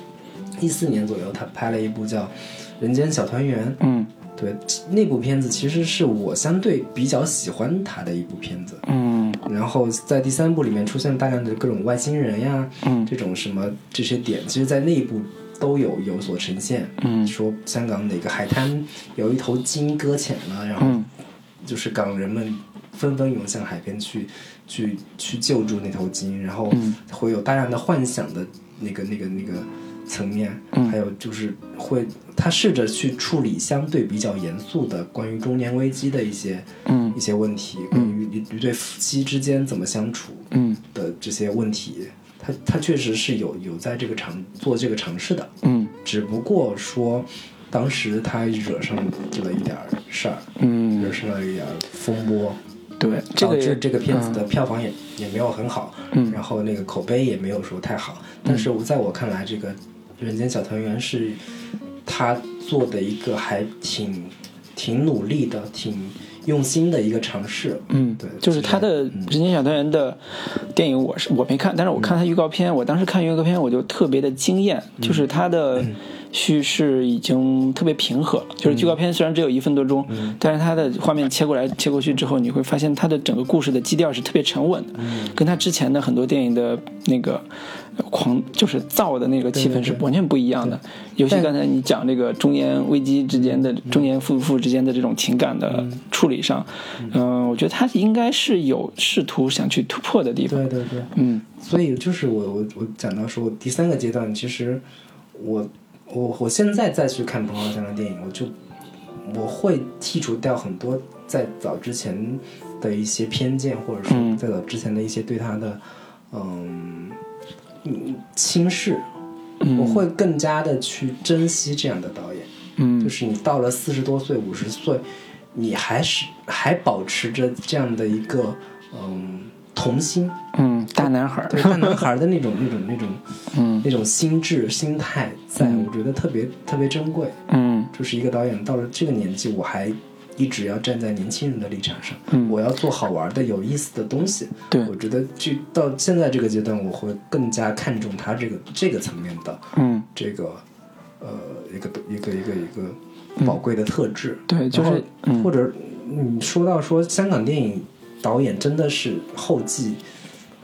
[SPEAKER 2] 14年左右，他拍了一部叫《人间小团圆》，对，那部片子其实是我相对比较喜欢他的一部片子，然后在第3部里面出现大量的各种外星人呀，这种什么这些点，其实在那一部都有所呈现，说香港哪个海滩有一头鲸搁浅了，然后就是港人们纷纷涌向海边去救助那头鲸，然后会有大量的幻想的那个层面，还有就是他试着去处理相对比较严肃的关于中年危机的一些问题，关于一对夫妻之间怎么相处的这些问题，他确实是有在这个做这个尝试的，只不过说当时他惹上了一点事儿，惹上了一点风波，对，导致这个片子的票房也没有很好，然后那个口碑也没有说太好，但是在我看来，这个人间小团圆是他做的一个还挺努力的、挺用心的一个尝试。对，
[SPEAKER 1] 就是他的人间小团圆的电影，我没看，但是我看他预告片，我当时看预告片我就特别的惊艳，就是他的叙事已经特别平和了，就是预告片虽然只有1分多钟，但是它的画面切过来切过去之后，你会发现它的整个故事的基调是特别沉稳的，跟他之前的很多电影的那个就是造的那个气氛是完全不一样的。尤其刚才你讲这个中年危机之间的中年夫妇之间的这种情感的处理上，我觉得他应该是有试图想去突破的地方。
[SPEAKER 2] 对，所以就是我讲到说第3个阶段，其实我现在再去看彭浩翔的电影，我会剔除掉很多在早之前的一些偏见，或者说在早之前的一些对他的轻视，我会更加的去珍惜这样的导演，就是你到了40多岁50岁，你还保持着这样的一个童心，
[SPEAKER 1] 大男孩，
[SPEAKER 2] 对，大男孩的那种心智心态在，我觉得特别特别珍贵，就是一个导演到了这个年纪，我还一直要站在年轻人的立场上，我要做好玩的有意思的东西，对，我觉得到现在这个阶段，我会更加看重他这个层面的，这个一个宝贵的特质，
[SPEAKER 1] 对，就是
[SPEAKER 2] 或者你说到说香港电影导演真的是后继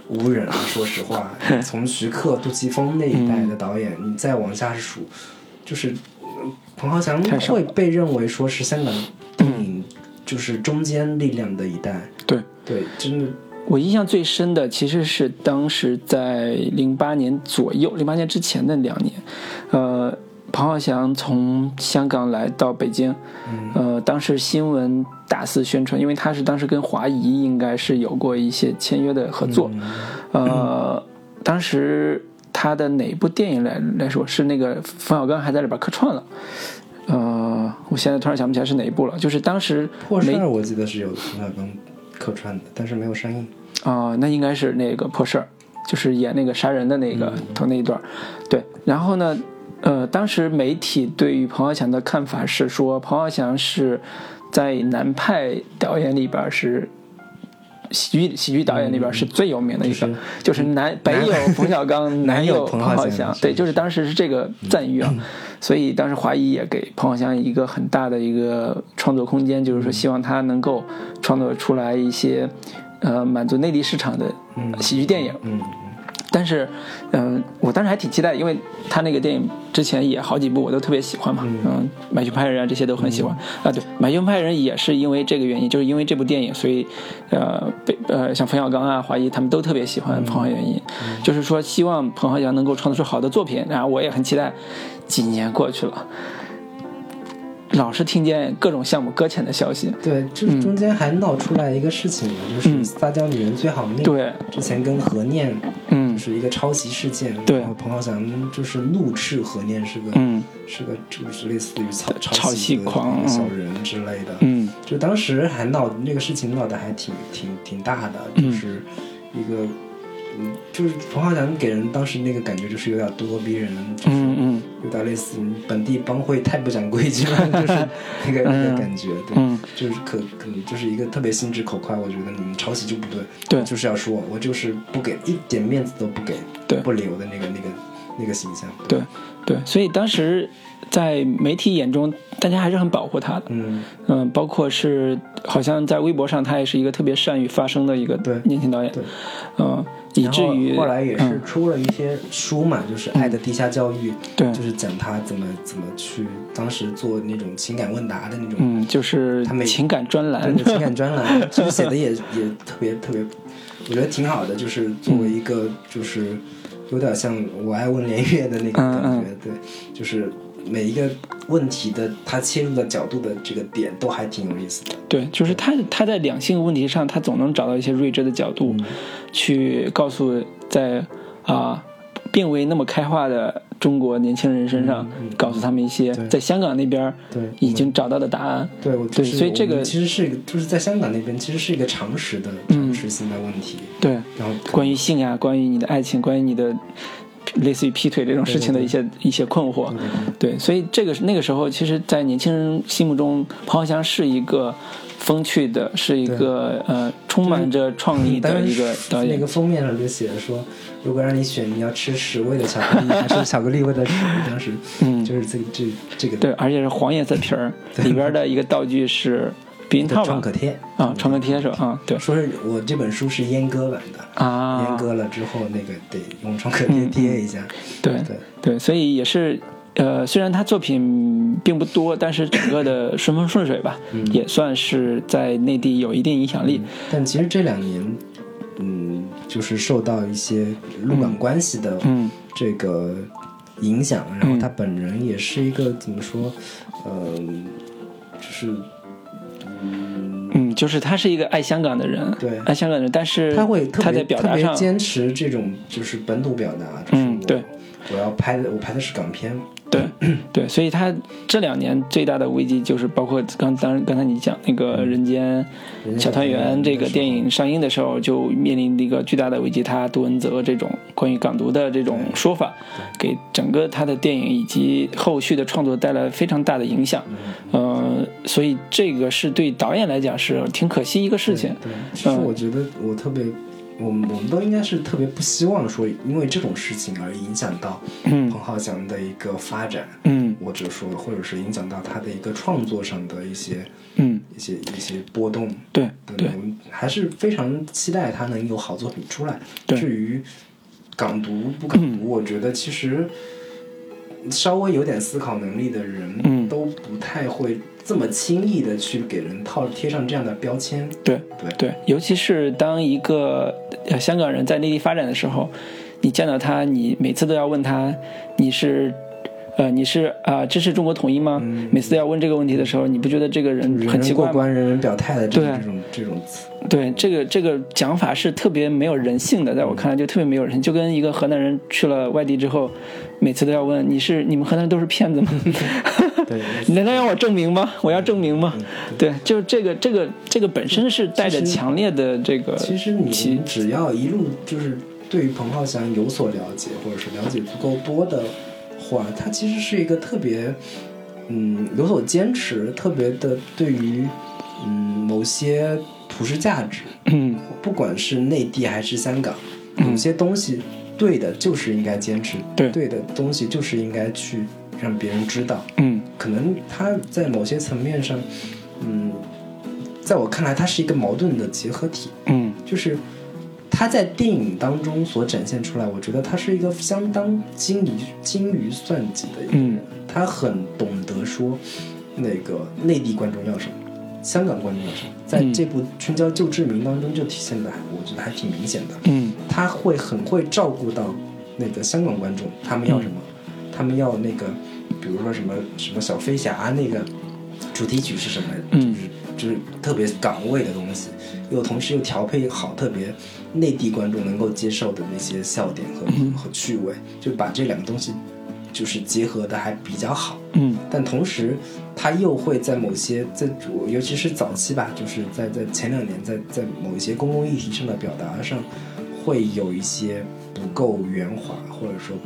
[SPEAKER 2] 无人了。说实话，从徐克、杜琪峰那一代的导演，你再往下数，就是彭浩翔会被认为说是香港电影就是中坚力量的一代。
[SPEAKER 1] 对，
[SPEAKER 2] 真的。
[SPEAKER 1] 我印象最深的其实是当时在08年左右，08年之前的2年，彭浩翔从香港来到北京，当时新闻大肆宣传，因为他是当时跟华谊应该是有过一些签约的合作，当时他的哪部电影来说是那个冯小刚还在里边客串了，我现在突然想不起来是哪一部了，就是当时
[SPEAKER 2] 破事儿我记得是有冯小刚客串的，但是没有上映。
[SPEAKER 1] 那应该是那个破事儿，就是演那个杀人的那个头那一段。对，然后呢，当时媒体对于彭浩翔的看法是说，彭浩翔是在南派导演里边是喜剧导演里边是最有名的一个，就是北有冯小刚，南有彭浩翔。对，就是当时是这个赞誉啊。所以当时华谊也给彭浩翔一个很大的一个创作空间，就是说希望他能够创作出来一些满足内地市场的喜剧电影。但是我当时还挺期待，因为他那个电影之前也好几部我都特别喜欢嘛，买凶拍人啊这些都很喜欢对，买凶拍人也是因为这个原因，就是因为这部电影，所以像冯小刚啊、华谊他们都特别喜欢彭浩翔，原因就是说希望彭浩翔能够创作出好的作品，然后我也很期待。几年过去了，老是听见各种项目搁浅的消息。
[SPEAKER 2] 对，这中间还闹出来一个事情嘛，就是撒娇女人最好命。
[SPEAKER 1] 对，
[SPEAKER 2] 之前跟何念，就是一个抄袭事件。
[SPEAKER 1] 对，
[SPEAKER 2] 然后彭浩翔就是怒斥何念是个就是类似于抄袭
[SPEAKER 1] 狂
[SPEAKER 2] 小人之类的。就当时还那个事情闹得还挺大的，就是一个。就是彭浩翔给人当时那个感觉就是有点咄咄逼人，就是有点类似本地帮会太不讲规矩了，就是那个感觉，对，就是可能就是一个特别心直口快，我觉得你们抄袭就不对，
[SPEAKER 1] 对，
[SPEAKER 2] 就是要说我就是不给一点面子都不给，
[SPEAKER 1] 对，
[SPEAKER 2] 不留的那个形象，
[SPEAKER 1] 对，所以当时在媒体眼中，大家还是很保护他的，包括是好像在微博上，他也是一个特别善于发声的一个年轻导演，
[SPEAKER 2] 对，
[SPEAKER 1] 以至于
[SPEAKER 2] 后来也是出了一些书嘛，就是《爱的地下教育》，
[SPEAKER 1] 对，
[SPEAKER 2] 就是讲他怎么去当时做那种情感问答的那种，
[SPEAKER 1] 就是他情感专栏，
[SPEAKER 2] 情感专栏，其实写的也特别，我觉得挺好的，就是作为一个就是有点像我爱问连岳的那个感觉，对，就是每一个问题的他切入的角度的这个点都还挺有意思的。
[SPEAKER 1] 对，就是他在两性问题上，他总能找到一些睿智的角度，去告诉在并未那么开化的中国年轻人身上，告诉他们一些在香港那边已经找到的答案。
[SPEAKER 2] 对，
[SPEAKER 1] 所以这个
[SPEAKER 2] 其实是就是在香港那边其实是一个常识性的问题。
[SPEAKER 1] 对，
[SPEAKER 2] 然后
[SPEAKER 1] 关于性啊，关于你的爱情，关于你的类似于劈腿这种事情的一些困惑。对，所以那个时候，其实，在年轻人心目中，彭浩翔是一个风趣的，是一个充满着创意的一个导演。
[SPEAKER 2] 那个封面上就写着说，如果让你选，你要吃10味的巧克力，还是巧克力味的屎？当时就是这个
[SPEAKER 1] 对，而且是黄颜色皮儿，里边的一个道具是避孕套吧？
[SPEAKER 2] 创可贴
[SPEAKER 1] 创可贴是吧？对，
[SPEAKER 2] 说是我这本书是阉割版的阉割了之后那个得用创可贴贴一下。
[SPEAKER 1] 对，所以也是。虽然他作品并不多，但是整个的顺风顺水吧，也算是在内地有一定影响力。
[SPEAKER 2] 但其实这2年，就是受到一些陆港关系的这个影响，然后他本人也是一个怎么说，就是
[SPEAKER 1] 就是他是一个爱香港的人，
[SPEAKER 2] 对，
[SPEAKER 1] 爱香港人，但是他在表达上
[SPEAKER 2] 特别坚持这种就是本土表达，就是
[SPEAKER 1] 对，
[SPEAKER 2] 我拍的是港片。
[SPEAKER 1] 对，所以他这2年最大的危机就是包括刚才你讲那个《人间小团圆》这个电影上映的时候，就面临一个巨大的危机。他杜汶泽这种关于港独的这种说法，给整个他的电影以及后续的创作带来非常大的影响。所以这个是对导演来讲是挺可惜一个事情。
[SPEAKER 2] 其实我觉得我特别我们都应该是特别不希望说因为这种事情而影响到彭浩翔的一个发展，或者是影响到他的一个创作上的一些波动。
[SPEAKER 1] 对，
[SPEAKER 2] 我们还是非常期待他能有好作品出来。至于港独不港独，我觉得其实稍微有点思考能力的人都不太会这么轻易的去给人贴上这样的标签。对，
[SPEAKER 1] 尤其是当一个香港人在内地发展的时候，你见到他，你每次都要问他你是支持中国统一吗？每次都要问这个问题的时候，你不觉得这个人很奇怪吗？
[SPEAKER 2] 过关人人表态的这种词。
[SPEAKER 1] 对，这个讲法是特别没有人性的，在我看来就特别没有人性，就跟一个河南人去了外地之后，每次都要问你们河南人都是骗子吗？
[SPEAKER 2] 对，
[SPEAKER 1] 你难道让我证明吗？我要证明吗？对，就这个本身是带着强烈的这个。
[SPEAKER 2] 其实你只要一路就是对于彭浩翔有所了解，或者是了解足够多的话，他其实是一个特别有所坚持，特别的对于某些普世价值，不管是内地还是香港，有些东西对的就是应该坚持，对的东西就是应该去让别人知道。可能他在某些层面上，在我看来，他是一个矛盾的结合体。就是他在电影当中所展现出来，我觉得他是一个相当精于算计的一个人。他很懂得说那个内地观众要什么，香港观众要什么，在这部《春娇救志明》当中就体现的，我觉得还挺明显的。他会很会照顾到那个香港观众，他们要什么，他们要那个，比如说什么小飞侠那个主题曲是什么，就是特别港味的东西，同时又调配好特别内地观众能够接受的那些笑点和趣味，就把这两个东西就是结合的还比较好。但同时他又会在某些尤其是早期吧，就是在前2年在某一些公共议题上的表达上会有一些不够圆滑，或者说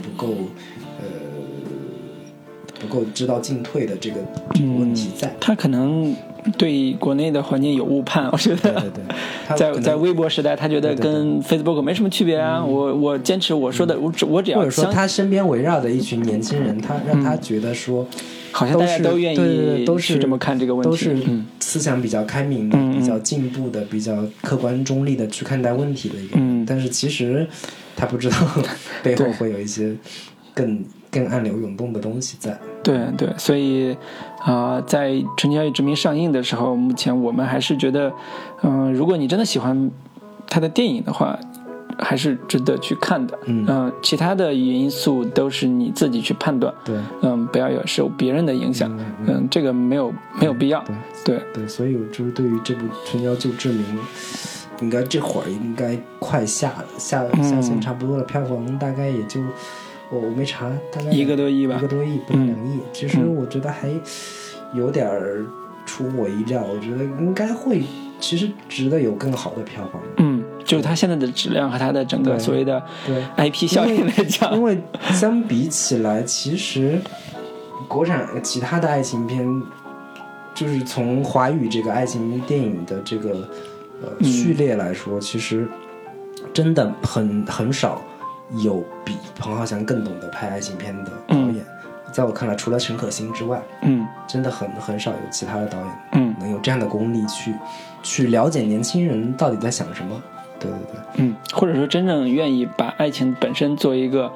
[SPEAKER 2] 不够知道进退的这个问题在。
[SPEAKER 1] 他可能对国内的环境有误判，我觉得。对，在微博时代，他觉得跟 Facebook 没什么区别啊。我坚持我说的，我只要。
[SPEAKER 2] 或者说他身边围绕的一群年轻人，他让他觉得说，
[SPEAKER 1] 好像大家都愿意去这么看这个问题，
[SPEAKER 2] 都是思想比较开明的，比较进步的，比较客观中立的去看待问题的一个人。但是其实他不知道背后会有一些更暗流涌动的东西在。
[SPEAKER 1] 对，所以在《春娇与志明》上映的时候，目前我们还是觉得如果你真的喜欢他的电影的话，还是值得去看的。其他的因素都是你自己去判断。
[SPEAKER 2] 对，
[SPEAKER 1] 不要有受别人的影响。这个没有必要。对，
[SPEAKER 2] 所以就是对于这部《春娇救志明》，应该这会儿应该快下线差不多了，票房大概也就我没查，大概
[SPEAKER 1] 1个多亿吧，
[SPEAKER 2] 不到2亿。其实我觉得还有点出我意料，我觉得应该会，其实值得有更好的票房。
[SPEAKER 1] 就是它现在的质量和它的整个所谓的 IP 效应来讲，
[SPEAKER 2] 因为相比起来，其实国产其他的爱情片，就是从华语这个爱情电影的这个序列来说，其实真的很少有比彭浩翔更懂得拍爱情片的导演。在我看来，除了陈可辛之外，真的很少有其他的导演，能有这样的功力去了解年轻人到底在想什么。对，
[SPEAKER 1] 或者说真正愿意把爱情本身作为一个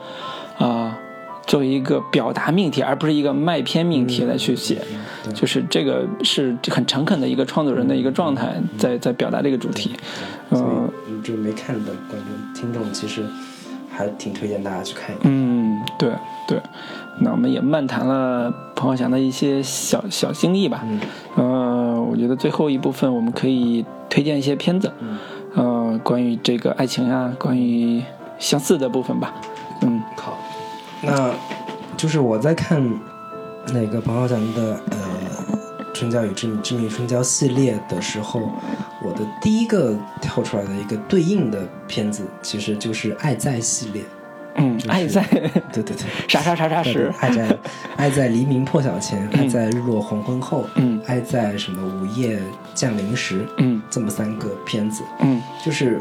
[SPEAKER 1] 表达命题，而不是一个卖片命题来去写，就是这个是很诚恳的一个创作人的一个状态，在表达这个主题。
[SPEAKER 2] 所以就没看的观众听众，其实还挺推荐大家去看一看。
[SPEAKER 1] 对，那我们也漫谈了彭浩翔的一些小经历吧。我觉得最后一部分我们可以推荐一些片子。关于这个爱情啊，关于相似的部分吧。
[SPEAKER 2] 好，那就是我在看那个彭浩翔的春娇与志明春娇系列的时候，我的第一个跳出来的一个对应的片子其实就是爱在系列。
[SPEAKER 1] 爱在
[SPEAKER 2] 对
[SPEAKER 1] 啥时，
[SPEAKER 2] 爱在黎明破晓前，爱在日落黄昏后，爱在什么午夜降临时，这么3个片子，就是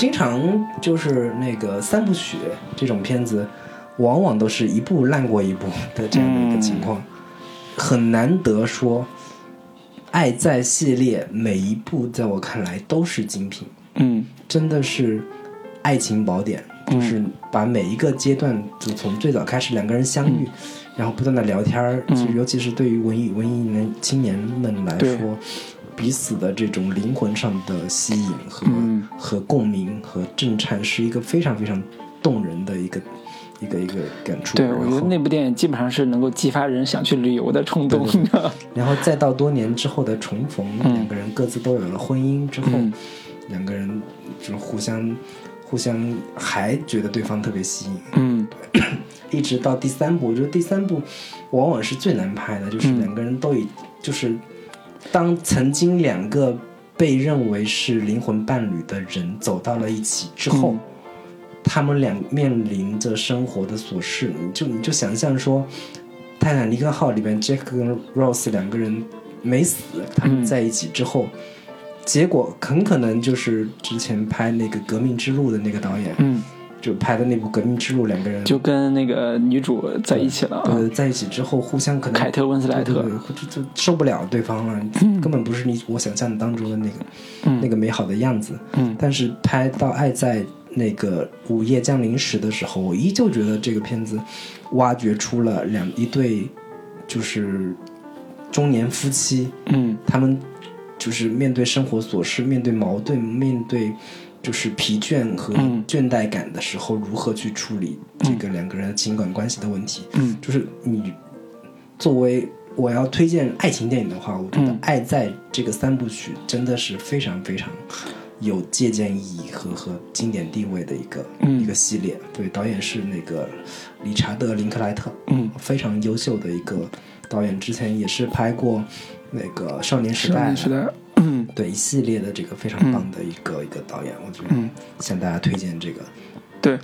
[SPEAKER 2] 经常就是那个三部曲这种片子，往往都是一部烂过一部的这样的一个情况，很难得说爱在系列每一部在我看来都是精品，真的是爱情宝典，就是把每一个阶段，就从最早开始两个人相遇，然后不断的聊天，尤其是对于文艺青年们来说，彼此的这种灵魂上的吸引和共鸣和震颤，是一个非常非常动人的一个感触。
[SPEAKER 1] 对，我觉得那部电影基本上是能够激发人想去旅游的冲动。
[SPEAKER 2] 对，然后再到多年之后的重逢，两个人各自都有了婚姻之后，两个人就互相还觉得对方特别吸引。一直到第三部，我觉得第三部往往是最难拍的，就是两个人都就是当曾经两个被认为是灵魂伴侣的人走到了一起之后，他们俩面临着生活的琐事，你就想象说泰坦尼克号里边 Jack 跟 Rose 两个人没死，他们在一起之后，结果很可能就是之前拍那个革命之路的那个导演，就拍的那部革命之路，两个人
[SPEAKER 1] 就跟那个女主在一起了。
[SPEAKER 2] 对，在一起之后互相可能
[SPEAKER 1] 凯特温斯莱特
[SPEAKER 2] 就受不了对方了，根本不是我想象当中的那个美好的样子。但是拍到爱在那个午夜降临时的时候，我依旧觉得这个片子挖掘出了一对就是中年夫妻，他们就是面对生活琐事，面对矛盾，面对就是疲倦和倦怠感的时候，如何去处理这个两个人的情感关系的问题。就是你作为我要推荐爱情电影的话，我觉得《爱在》这个三部曲真的是非常非常有借鉴意义和经典地位的一个系列。对，导演是那个理查德·林克莱特，非常优秀的一个导演，之前也是拍过那个少年时代，对，一系列的这个非常棒的一个导演，我觉得向大家推荐这个。对，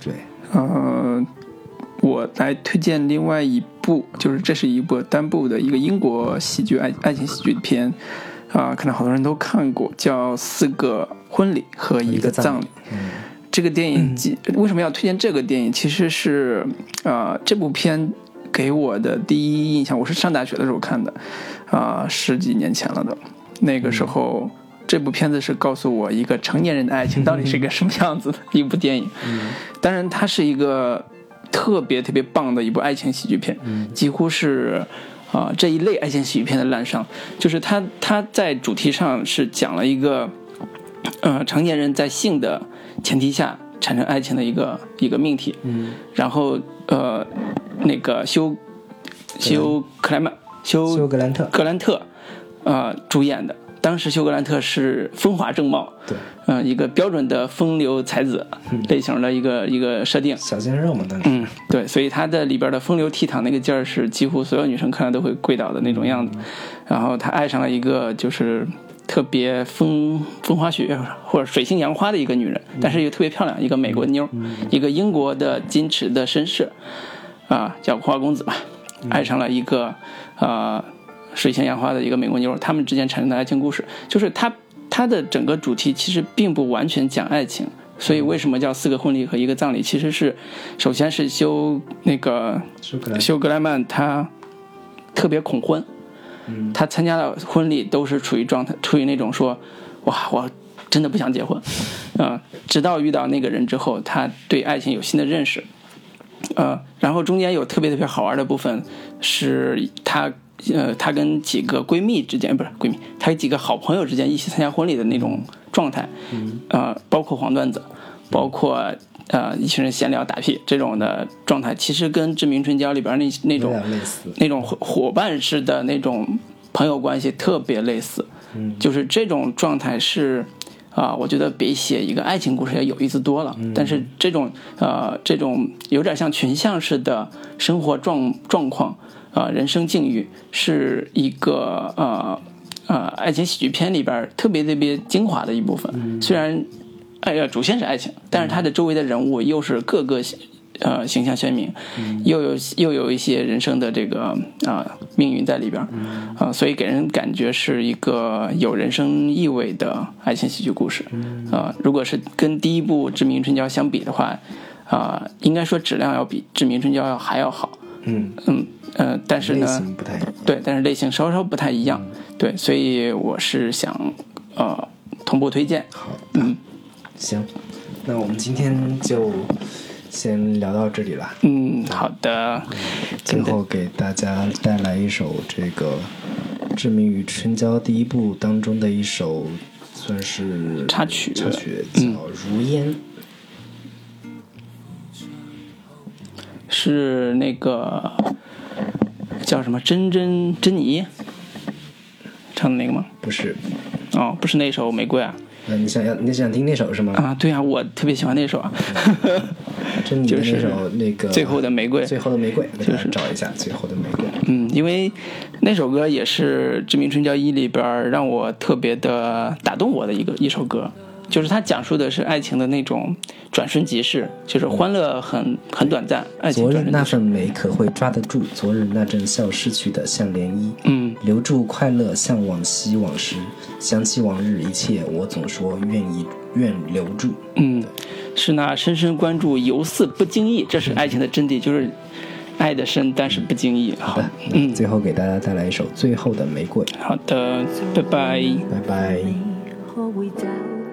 [SPEAKER 1] 我来推荐另外一部，就是这是一部单部的一个英国喜剧爱情喜剧片，可能好多人都看过，叫《4个婚礼和一个葬礼》。这个电影为什么要推荐这个电影？其实是这部片给我的第一印象，我是上大学的时候看的，10几年前了的。那个时候这部片子是告诉我一个成年人的爱情到底是一个什么样子的一部电影。当然它是一个特别特别棒的一部爱情喜剧片，几乎是这一类爱情喜剧片的滥觞。就是它在主题上是讲了一个成年人在性的前提下产生爱情的一个命题。然后那个休格兰特主演的，当时休格兰特是风华正茂，
[SPEAKER 2] 对，
[SPEAKER 1] 一个标准的风流才子类型的一个设定，
[SPEAKER 2] 小鲜肉嘛，当时，
[SPEAKER 1] 对，所以他的里边的风流倜傥那个劲儿是几乎所有女生看了都会跪倒的那种样子。然后他爱上了一个就是特别风花雪月或者水性杨花的一个女人，但是又特别漂亮，一个美国妞，一个英国的矜持的绅士，叫花公子吧，爱上了一个水性杨花的一个美国妞，他们之间产生的爱情故事，就是他的整个主题其实并不完全讲爱情。所以为什么叫4个婚礼和一个葬礼，其实是首先是休格莱曼他特别恐婚，他参加了婚礼都是处于那种说哇我真的不想结婚，直到遇到那个人之后，他对爱情有新的认识。然后中间有特别特别好玩的部分是他跟几个闺蜜之间，不是闺蜜，他跟几个好朋友之间一起参加婚礼的那种状态，包括黄段子，包括一群人闲聊打屁这种的状态，其实跟《致命春娇》里边那种伙伴式的那种朋友关系特别类似。就是这种状态是我觉得比写一个爱情故事要有意思多了。但是这种有点像群像式的生活状况，人生境遇，是一个爱情喜剧片里边特别特别精华的一部分。虽然主线是爱情，但是它的周围的人物又是各个形象鲜明，又有一些人生的这个命运在里边，所以给人感觉是一个有人生意味的爱情喜剧故事。如果是跟第一部《志明春娇》相比的话，应该说质量要比《志明春娇》还要好。但是呢，
[SPEAKER 2] 类型不太一样，
[SPEAKER 1] 对，但是类型稍稍不太一样，对，所以我是想同步推荐。
[SPEAKER 2] 好的，行，那我们今天就先聊到这里了。
[SPEAKER 1] 好的。
[SPEAKER 2] 最后给大家带来一首这个《志明与春娇》第一部当中的一首，算是
[SPEAKER 1] 插曲，
[SPEAKER 2] 叫《如烟》。
[SPEAKER 1] 是那个叫什么珍妮唱的那个吗？
[SPEAKER 2] 不是，
[SPEAKER 1] 不是那首《玫瑰》啊。
[SPEAKER 2] 你想听那首是吗？
[SPEAKER 1] 对啊，我特别喜欢那首啊。
[SPEAKER 2] 珍妮的那首那个
[SPEAKER 1] 最后的玫瑰，
[SPEAKER 2] 最后的玫瑰，就是找一下最后的玫瑰。
[SPEAKER 1] 因为那首歌也是《志明春娇一》里边让我特别的打动我的一首歌。就是它讲述的是爱情的那种转瞬即逝，就是欢乐很短暂，爱情
[SPEAKER 2] 昨日那份美可会抓得住，昨日那阵笑逝去的像涟漪，留住快乐像往昔往时，想起往日一切，我总说愿留住。
[SPEAKER 1] 是那深深关注，犹似不经意，这是爱情的真谛，就是爱的深，但是不经意。好的，
[SPEAKER 2] 最后给大家带来一首《最后的玫瑰》。
[SPEAKER 1] 好的，拜拜，
[SPEAKER 2] 拜拜。